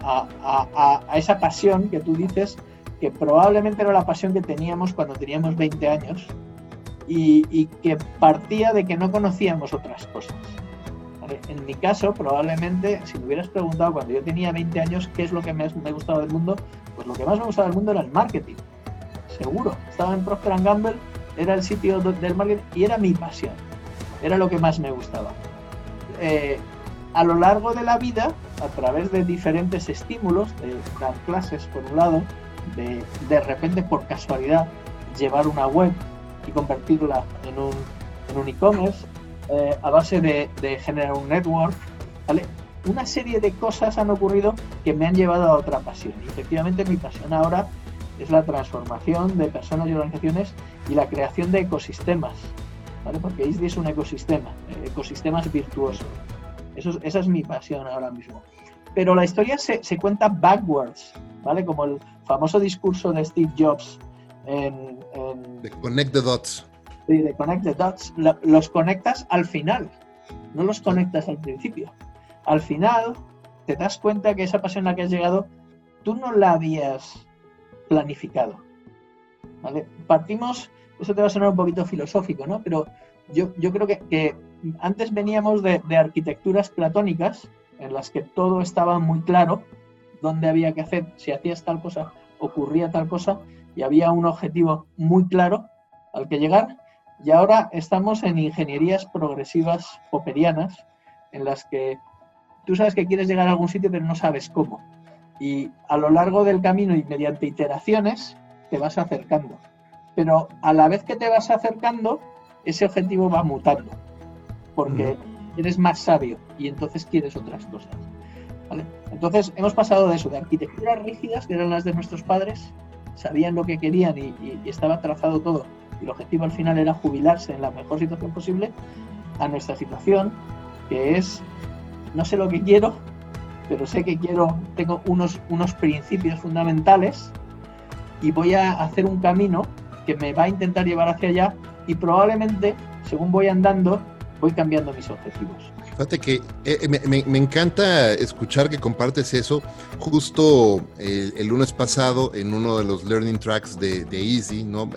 a esa pasión que tú dices, que probablemente era la pasión que teníamos cuando teníamos 20 años y que partía de que no conocíamos otras cosas, ¿vale? En mi caso, probablemente, si me hubieras preguntado cuando yo tenía 20 años qué es lo que me gustaba del mundo, pues lo que más me gustaba del mundo era el marketing, seguro. Estaba en Procter & Gamble, era el sitio del marketing y era mi pasión, era lo que más me gustaba. a lo largo de la vida, a través de diferentes estímulos, de dar clases por un lado, de repente por casualidad llevar una web y convertirla en un e-commerce, a base de generar un network, ¿vale? Una serie de cosas han ocurrido que me han llevado a otra pasión. Y efectivamente mi pasión ahora es la transformación de personas y organizaciones y la creación de ecosistemas, ¿vale? Porque ISDI es un ecosistema, ecosistemas virtuosos. Esa es mi pasión ahora mismo. Pero la historia se cuenta backwards, ¿vale? Como el famoso discurso de Steve Jobs de Connect the Dots. Sí, de Connect the Dots. Los conectas al final, no los conectas al principio. Al final te das cuenta que esa pasión a la que has llegado, tú no la habías planificado, ¿vale? Partimos, eso te va a sonar un poquito filosófico, ¿no? Pero yo creo que antes veníamos de arquitecturas platónicas en las que todo estaba muy claro, dónde había que hacer, si hacías tal cosa, ocurría tal cosa, y había un objetivo muy claro al que llegar. Y ahora estamos en ingenierías progresivas popperianas, en las que tú sabes que quieres llegar a algún sitio, pero no sabes cómo. Y a lo largo del camino y mediante iteraciones te vas acercando. Pero a la vez que te vas acercando, ese objetivo va mutando, porque eres más sabio y entonces quieres otras cosas, ¿vale? Entonces hemos pasado de eso, de arquitecturas rígidas, que eran las de nuestros padres, sabían lo que querían y estaba trazado todo, y el objetivo al final era jubilarse en la mejor situación posible, a nuestra situación, que es, no sé lo que quiero, pero sé que tengo unos principios fundamentales y voy a hacer un camino que me va a intentar llevar hacia allá, y probablemente, según voy andando, voy cambiando mis objetivos. Fíjate que me encanta escuchar que compartes eso. Justo el lunes pasado, en uno de los learning tracks de ISDI, ¿no?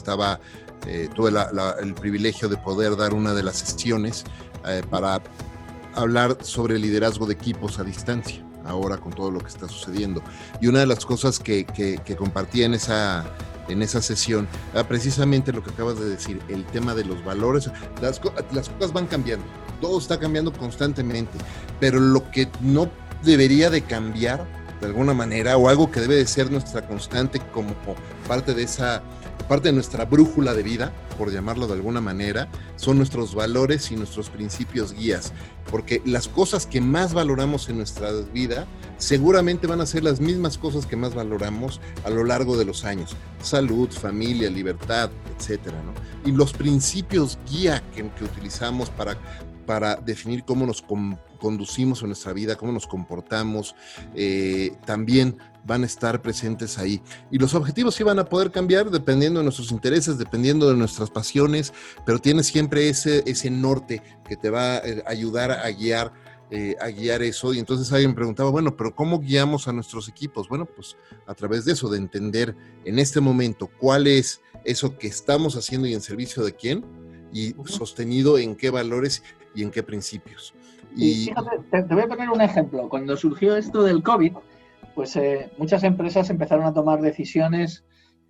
Tuve el privilegio de poder dar una de las sesiones para hablar sobre el liderazgo de equipos a distancia, ahora con todo lo que está sucediendo. Y una de las cosas que compartí en esa sesión, precisamente lo que acabas de decir, el tema de los valores. Las cosas van cambiando, todo está cambiando constantemente, pero lo que no debería de cambiar de alguna manera, o algo que debe de ser nuestra constante como parte de nuestra brújula de vida, por llamarlo de alguna manera, son nuestros valores y nuestros principios guías, porque las cosas que más valoramos en nuestra vida seguramente van a ser las mismas cosas que más valoramos a lo largo de los años: salud, familia, libertad, etcétera, ¿no? Y los principios guía que utilizamos para definir cómo nos conducimos en nuestra vida, cómo nos comportamos, también van a estar presentes ahí. Y los objetivos sí van a poder cambiar dependiendo de nuestros intereses, dependiendo de nuestras pasiones, pero tienes siempre ese norte que te va a ayudar a guiar eso. Y entonces alguien me preguntaba, bueno, pero ¿cómo guiamos a nuestros equipos? Bueno, pues a través de eso, de entender en este momento cuál es eso que estamos haciendo y en servicio de quién, y sostenido en qué valores y en qué principios. Y fíjate, te voy a poner un ejemplo. Cuando surgió esto del COVID, pues muchas empresas empezaron a tomar decisiones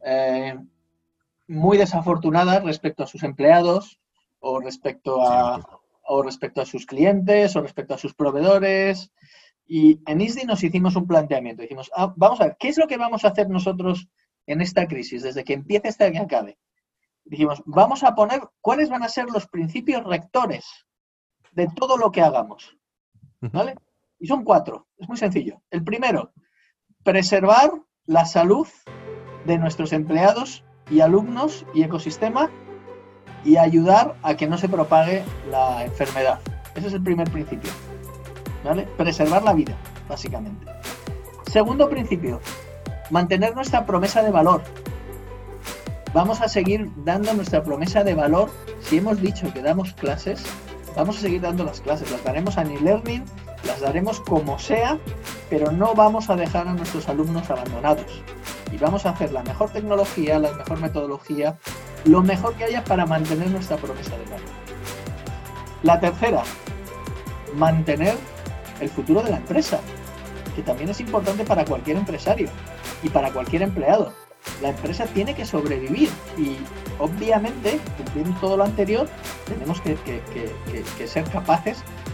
muy desafortunadas respecto a sus empleados, o respecto a sus clientes, o respecto a sus proveedores. Y en ISDI nos hicimos un planteamiento. Dijimos, vamos a ver, ¿qué es lo que vamos a hacer nosotros en esta crisis, desde que empiece hasta que acabe? Dijimos, vamos a poner cuáles van a ser los principios rectores de todo lo que hagamos, ¿vale? Y son 4, es muy sencillo. El primero, preservar la salud de nuestros empleados y alumnos y ecosistema, y ayudar a que no se propague la enfermedad. Ese es el primer principio, ¿vale? Preservar la vida, básicamente. Segundo principio, mantener nuestra promesa de valor. Vamos a seguir dando nuestra promesa de valor. Si hemos dicho que damos clases, vamos a seguir dando las clases. Las daremos a e-learning, las daremos como sea, pero no vamos a dejar a nuestros alumnos abandonados. Y vamos a hacer la mejor tecnología, la mejor metodología, lo mejor que haya para mantener nuestra promesa de valor. La tercera, mantener el futuro de la empresa, que también es importante para cualquier empresario y para cualquier empleado. La empresa tiene que sobrevivir y, obviamente, cumpliendo todo lo anterior, tenemos que ser capaces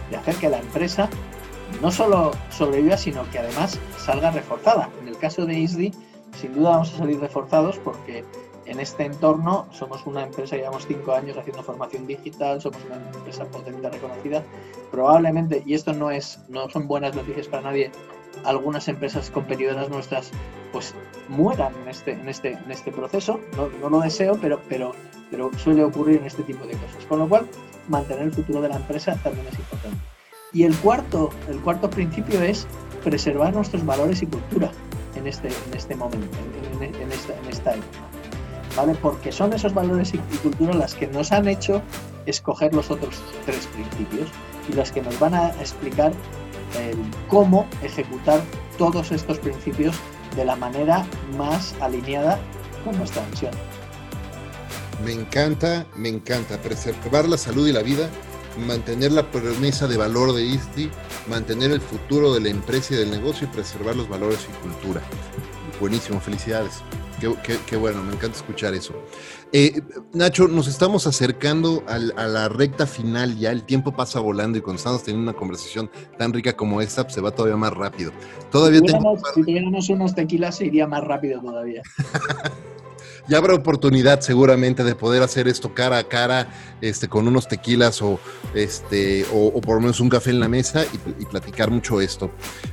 de hacer que la empresa no solo sobreviva, sino que además salga reforzada. En el caso de ISDI, sin duda vamos a salir reforzados porque en este entorno somos una empresa, llevamos 5 años haciendo formación digital, somos una empresa potente, reconocida. Probablemente, y esto no son buenas noticias para nadie, algunas empresas competidoras nuestras pues mueran en este proceso. No lo deseo, pero suele ocurrir en este tipo de cosas. Con lo cual, mantener el futuro de la empresa también es importante. Y el cuarto principio es preservar nuestros valores y cultura en este momento, en esta época. ¿Vale? Porque son esos valores y cultura las que nos han hecho escoger los otros 3 principios y las que nos van a explicar cómo ejecutar todos estos principios de la manera más alineada con nuestra misión. Me encanta preservar la salud y la vida, mantener la promesa de valor de ISDI, mantener el futuro de la empresa y del negocio y preservar los valores y cultura. Buenísimo, felicidades. Qué bueno, me encanta escuchar eso. Nacho, nos estamos acercando a la recta final ya, el tiempo pasa volando y cuando estamos teniendo una conversación tan rica como esta, pues se va todavía más rápido. Si tuviéramos unos tequilas, se iría más rápido todavía. Ya habrá oportunidad seguramente de poder hacer esto cara a cara, con unos tequilas o por lo menos un café en la mesa y platicar mucho esto.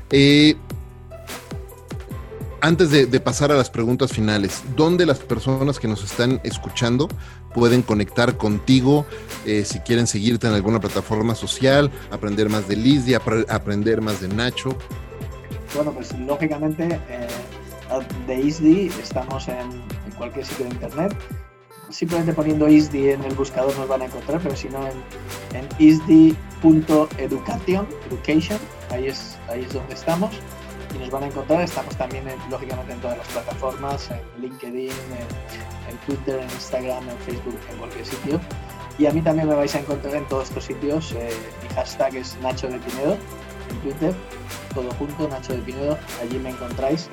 Antes de pasar a las preguntas finales, ¿dónde las personas que nos están escuchando pueden conectar contigo? Si quieren seguirte en alguna plataforma social, aprender más de ISDI, aprender más de Nacho. Bueno, pues lógicamente de ISDI estamos en cualquier sitio de internet. Simplemente poniendo ISDI en el buscador nos van a encontrar, pero si no en isdi.education, ahí es donde estamos. Y nos van a encontrar, estamos también lógicamente en todas las plataformas, en LinkedIn, en Twitter, en Instagram, en Facebook, en cualquier sitio. Y a mí también me vais a encontrar en todos estos sitios. Mi hashtag es Nacho de Pinedo en Twitter, todo junto, Nacho de Pinedo, allí me encontráis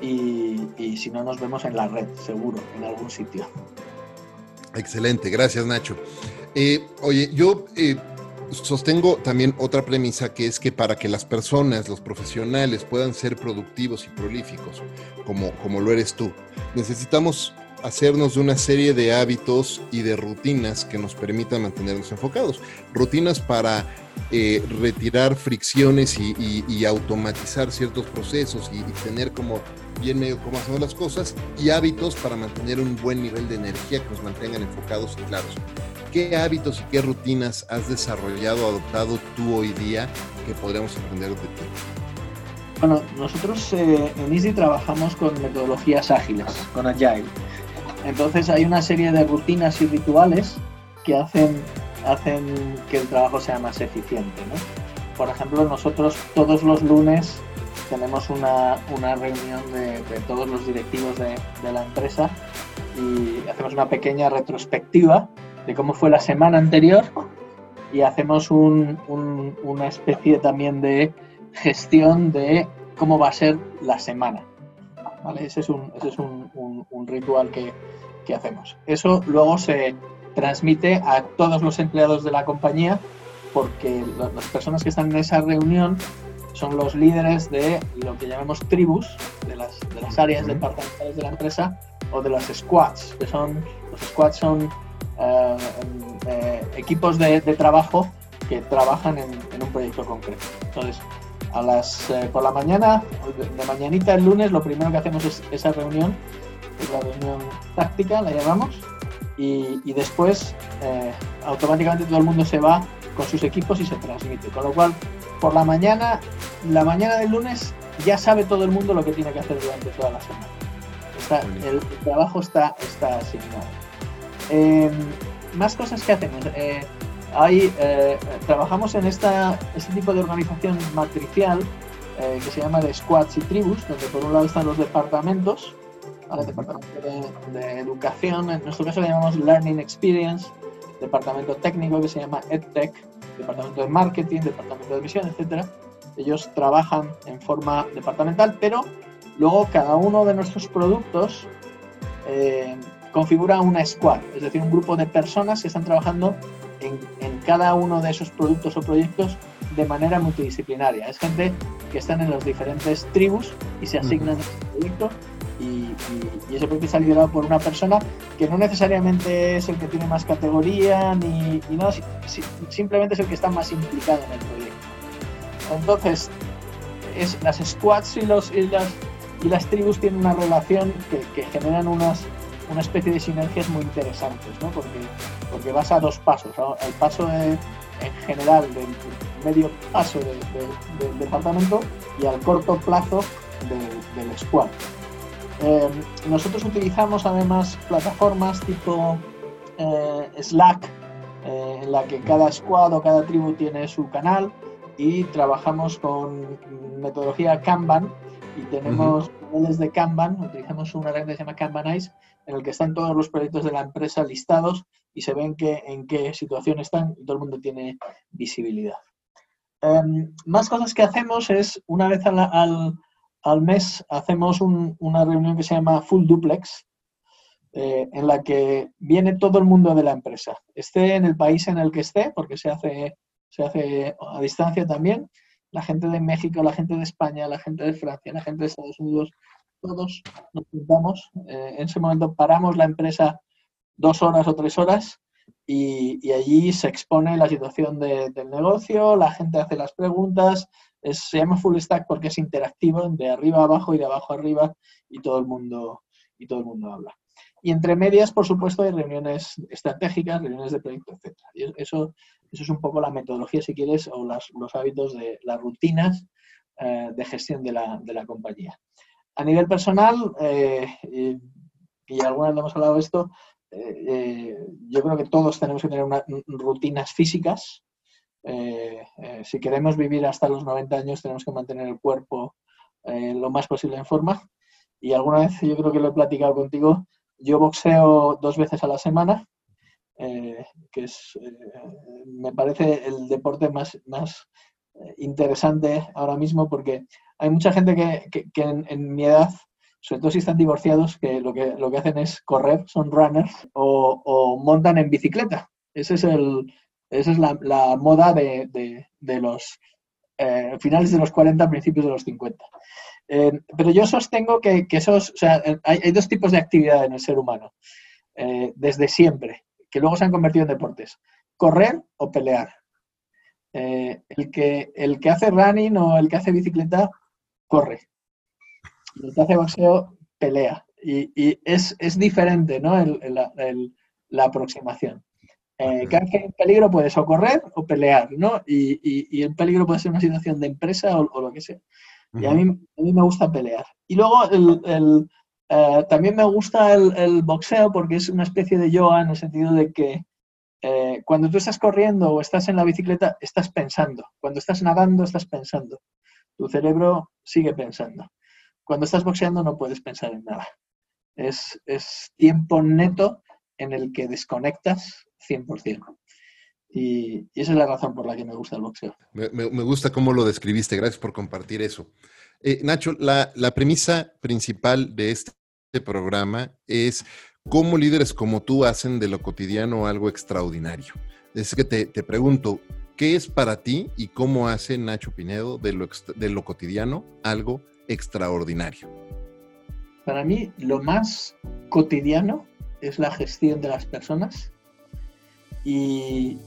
y si no nos vemos en la red, seguro, en algún sitio. Excelente, gracias Nacho. Oye, yo sostengo también otra premisa, que es que para que las personas, los profesionales puedan ser productivos y prolíficos, como lo eres tú, necesitamos hacernos de una serie de hábitos y de rutinas que nos permitan mantenernos enfocados. Rutinas para retirar fricciones y automatizar ciertos procesos y tener como bien medio cómo hacemos las cosas, y hábitos para mantener un buen nivel de energía que nos mantengan enfocados y claros. ¿Qué hábitos y qué rutinas has desarrollado, adoptado tú hoy día que podríamos aprender de ti? Bueno, nosotros en ISDI trabajamos con metodologías ágiles, con Agile. Entonces hay una serie de rutinas y rituales que hacen que el trabajo sea más eficiente, ¿no? Por ejemplo, nosotros todos los lunes tenemos una reunión de todos los directivos de la empresa y hacemos una pequeña retrospectiva de cómo fue la semana anterior y hacemos una especie también de gestión de cómo va a ser la semana. ¿Vale? Ese es un ritual que hacemos. Eso luego se transmite a todos los empleados de la compañía porque las personas que están en esa reunión son los líderes de lo que llamamos tribus, de las áreas departamentales de la empresa o de las squads, los squads son equipos de trabajo que trabajan en un proyecto concreto. Entonces, por la mañana, de mañanita el lunes, lo primero que hacemos es esa reunión, es la reunión táctica, la llamamos, y después automáticamente todo el mundo se va con sus equipos y se transmite. Con lo cual, por la mañana del lunes ya sabe todo el mundo lo que tiene que hacer durante toda la semana. El trabajo está asignado. Más cosas que hacemos. Trabajamos en este tipo de organización matricial que se llama de squads y tribus, donde por un lado están los departamentos, ¿vale? Departamento de educación, en nuestro caso le llamamos Learning Experience, departamento técnico que se llama EdTech, departamento de marketing, departamento de visión, etcétera. Ellos trabajan en forma departamental, pero luego cada uno de nuestros productos configura una squad, es decir, un grupo de personas que están trabajando en cada uno de esos productos o proyectos de manera multidisciplinaria. Es gente que están en las diferentes tribus y se asignan a este proyecto. Y ese proyecto está liderado por una persona que no necesariamente es el que tiene más categoría, ni no, simplemente es el que está más implicado en el proyecto. Entonces, las squads y las tribus tienen una relación que generan una especie de sinergias muy interesantes, ¿no? Porque vas a dos pasos, ¿no? El paso en general del medio paso del departamento y al corto plazo del squad. Nosotros utilizamos además plataformas tipo Slack, en la que cada squad o cada tribu tiene su canal, y trabajamos con metodología Kanban y tenemos niveles de Kanban. Utilizamos una herramienta que se llama Kanbanize, en el que están todos los proyectos de la empresa listados y se ven en qué situación están y todo el mundo tiene visibilidad. Más cosas que hacemos es, una vez al mes, hacemos una reunión que se llama Full Duplex, en la que viene todo el mundo de la empresa, esté en el país en el que esté, porque se hace a distancia también. La gente de México, la gente de España, la gente de Francia, la gente de Estados Unidos, todos nos juntamos. En ese momento paramos la empresa 2 horas o 3 horas y allí se expone la situación del negocio, la gente hace las preguntas. Se llama Full Stack porque es interactivo, de arriba a abajo y de abajo a arriba, y todo el mundo habla. Y entre medias, por supuesto, hay reuniones estratégicas, reuniones de proyecto, etc. Y eso es un poco la metodología, si quieres, o los hábitos de las rutinas de gestión de la compañía. A nivel personal, y algunas vez hemos hablado de esto, yo creo que todos tenemos que tener rutinas físicas. Si queremos vivir hasta los 90 años, tenemos que mantener el cuerpo lo más posible en forma. Y alguna vez, yo creo que lo he platicado contigo, yo boxeo 2 veces a la semana, que me parece el deporte más interesante ahora mismo, porque hay mucha gente que en mi edad, sobre todo si están divorciados, que lo que hacen es correr, son runners, o montan en bicicleta. Esa es la moda de los finales de los 40, principios de los 50. Pero yo sostengo que hay 2 tipos de actividad en el ser humano, desde siempre, que luego se han convertido en deportes: correr o pelear. El que hace running o el que hace bicicleta, corre. El que hace boxeo, pelea. Y es diferente, ¿no? La aproximación. Cada vez que hay un peligro puedes o correr o pelear, ¿no? Y el peligro puede ser una situación de empresa o lo que sea. Y a mí me gusta pelear. Y luego también me gusta el boxeo porque es una especie de yoga, en el sentido de que cuando tú estás corriendo o estás en la bicicleta, estás pensando. Cuando estás nadando, estás pensando. Tu cerebro sigue pensando. Cuando estás boxeando no puedes pensar en nada. Es tiempo neto en el que desconectas 100%. Y esa es la razón por la que me gusta el boxeo. Me gusta cómo lo describiste. Gracias por compartir eso. Nacho, la premisa principal de este programa es cómo líderes como tú hacen de lo cotidiano algo extraordinario. Es que te pregunto, ¿qué es para ti y cómo hace Nacho Pinedo de lo cotidiano algo extraordinario? Para mí, lo más cotidiano es la gestión de las personas y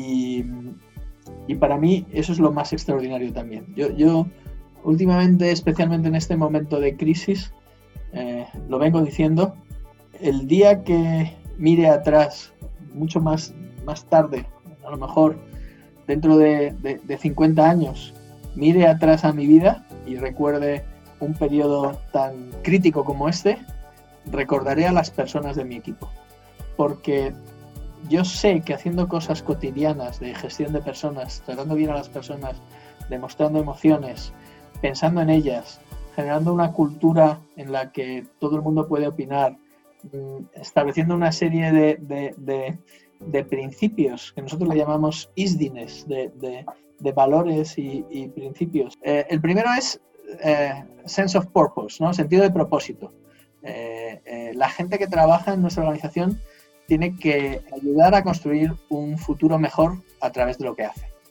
para mí eso es lo más extraordinario también. Yo últimamente, especialmente en este momento de crisis, lo vengo diciendo, el día que mire atrás, mucho más tarde, a lo mejor dentro de 50 años, mire atrás a mi vida y recuerde un periodo tan crítico como este, recordaré a las personas de mi equipo. Porque yo sé que haciendo cosas cotidianas de gestión de personas, tratando bien a las personas, demostrando emociones, pensando en ellas, generando una cultura en la que todo el mundo puede opinar, estableciendo una serie de principios que nosotros le llamamos ISDINES, de valores y principios. El primero es sense of purpose, ¿no? Sentido de propósito. La gente que trabaja en nuestra organización tiene que ayudar a construir un futuro mejor a través de lo que hace.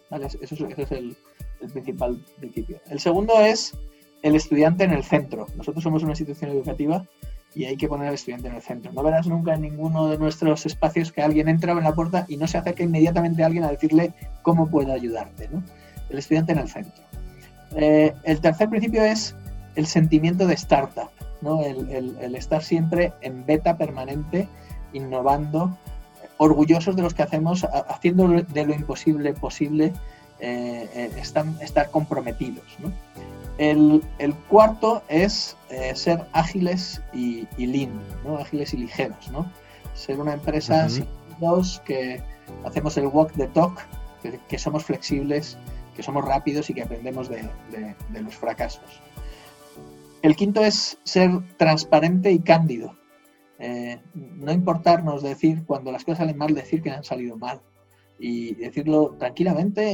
¿vale? Eso es el principal principio. El segundo es el estudiante en el centro. Nosotros somos una institución educativa y hay que poner al estudiante en el centro. No verás nunca en ninguno de nuestros espacios que alguien entra en la puerta y no se acerca inmediatamente a alguien a decirle cómo puedo ayudarte, ¿no? El estudiante en el centro. El tercer principio es el sentimiento de startup, ¿no? El estar siempre en beta permanente, innovando, orgullosos de los que hacemos, haciendo de lo imposible posible, estar comprometidos, ¿no? El cuarto es ser ágiles y lean, ¿no? Ágiles y ligeros, ¿no? Ser una empresa sin miedos, que hacemos el walk the talk, que somos flexibles, que somos rápidos y que aprendemos de los fracasos. El quinto es ser transparente y cándido. No importarnos decir cuando las cosas salen mal, decir que han salido mal. Y decirlo tranquilamente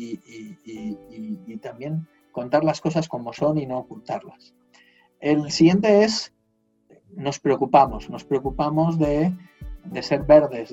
y también contar las cosas como son y no ocultarlas. El siguiente es, nos preocupamos de ser verdes,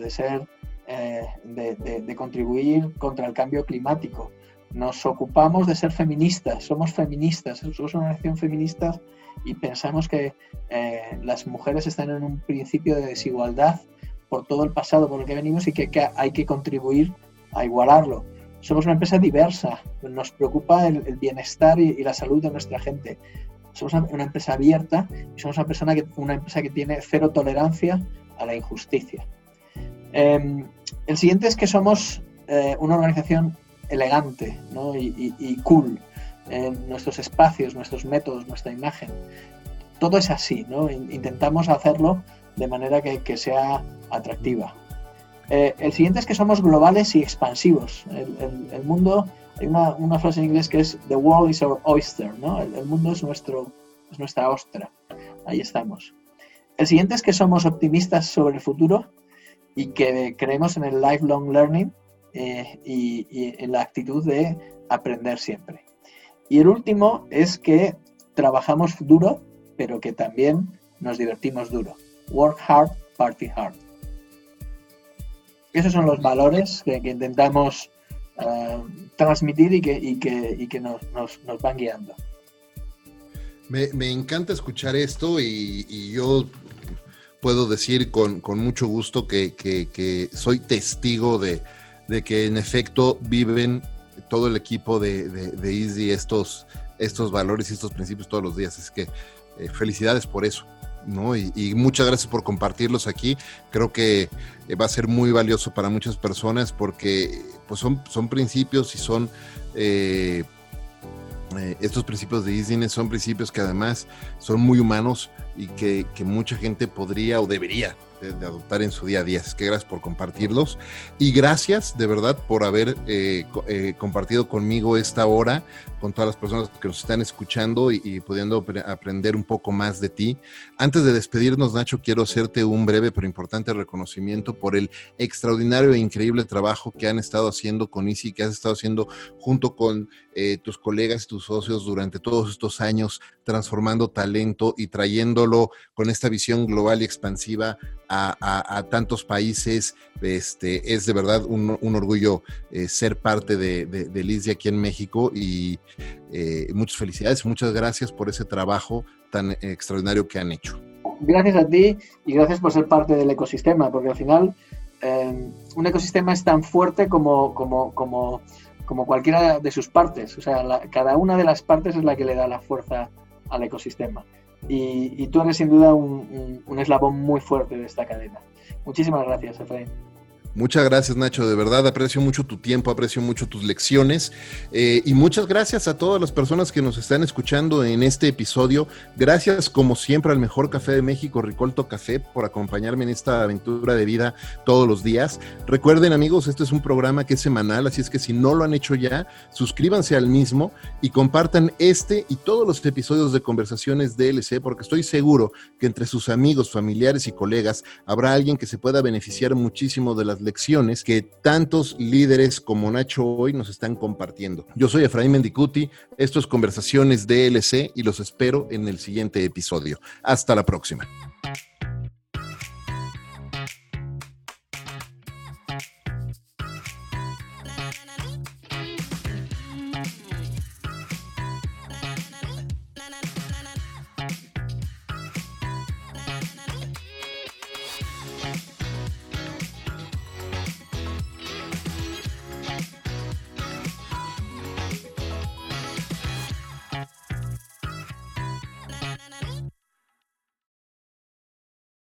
de contribuir contra el cambio climático. Nos ocupamos de ser feministas, somos una nación feminista y pensamos que las mujeres están en un principio de desigualdad por todo el pasado por el que venimos y que hay que contribuir a igualarlo. Somos una empresa diversa, nos preocupa el bienestar y la salud de nuestra gente. Somos una empresa abierta y somos una empresa que tiene cero tolerancia a la injusticia. El siguiente es que somos una organización elegante, ¿no? y cool en nuestros espacios, nuestros métodos, nuestra imagen. Todo es así, ¿no? Intentamos hacerlo de manera que sea atractiva. El siguiente es que somos globales y expansivos. El mundo, hay una frase en inglés que es "The world is our oyster", ¿no? El mundo es nuestra ostra. Ahí estamos. El siguiente es que somos optimistas sobre el futuro y que creemos en el lifelong learning y en la actitud de aprender siempre. Y el último es que trabajamos duro, pero que también nos divertimos duro. Work hard, party hard. Esos son los valores que intentamos transmitir y que nos van guiando. Me encanta escuchar esto y yo puedo decir con mucho gusto que soy testigo de que en efecto viven todo el equipo de Easy estos valores y estos principios todos los días. Es que felicidades por eso, ¿no? Y muchas gracias por compartirlos aquí. Creo que va a ser muy valioso para muchas personas porque pues son principios y son estos principios de Easiness son principios que además son muy humanos y que mucha gente podría o debería de adoptar en su día a día. Es que gracias por compartirlos y gracias de verdad por haber compartido conmigo esta hora, con todas las personas que nos están escuchando y pudiendo aprender un poco más de ti. Antes de despedirnos, Nacho, quiero hacerte un breve pero importante reconocimiento por el extraordinario e increíble trabajo que han estado haciendo con Easy, que has estado haciendo junto con tus colegas y tus socios durante todos estos años, transformando talento y trayéndolo con esta visión global y expansiva a tantos países. Es de verdad un orgullo ser parte de Easy aquí en México y muchas felicidades, muchas gracias por ese trabajo tan extraordinario que han hecho. Gracias a ti y gracias por ser parte del ecosistema, porque al final un ecosistema es tan fuerte como cualquiera de sus partes. O sea, cada una de las partes es la que le da la fuerza al ecosistema. Y tú eres sin duda un eslabón muy fuerte de esta cadena. Muchísimas gracias, Efraín. Muchas gracias, Nacho, de verdad aprecio mucho tu tiempo, aprecio mucho tus lecciones y muchas gracias a todas las personas que nos están escuchando en este episodio. Gracias como siempre al mejor café de México, Ricolto Café, por acompañarme en esta aventura de vida todos los días. Recuerden, amigos, este es un programa que es semanal, así es que si no lo han hecho ya, suscríbanse al mismo y compartan este y todos los episodios de Conversaciones DLC, porque estoy seguro que entre sus amigos, familiares y colegas habrá alguien que se pueda beneficiar muchísimo de las lecciones que tantos líderes como Nacho hoy nos están compartiendo. Yo soy Efraín Mendicuti, esto es Conversaciones DLC y los espero en el siguiente episodio. Hasta la próxima.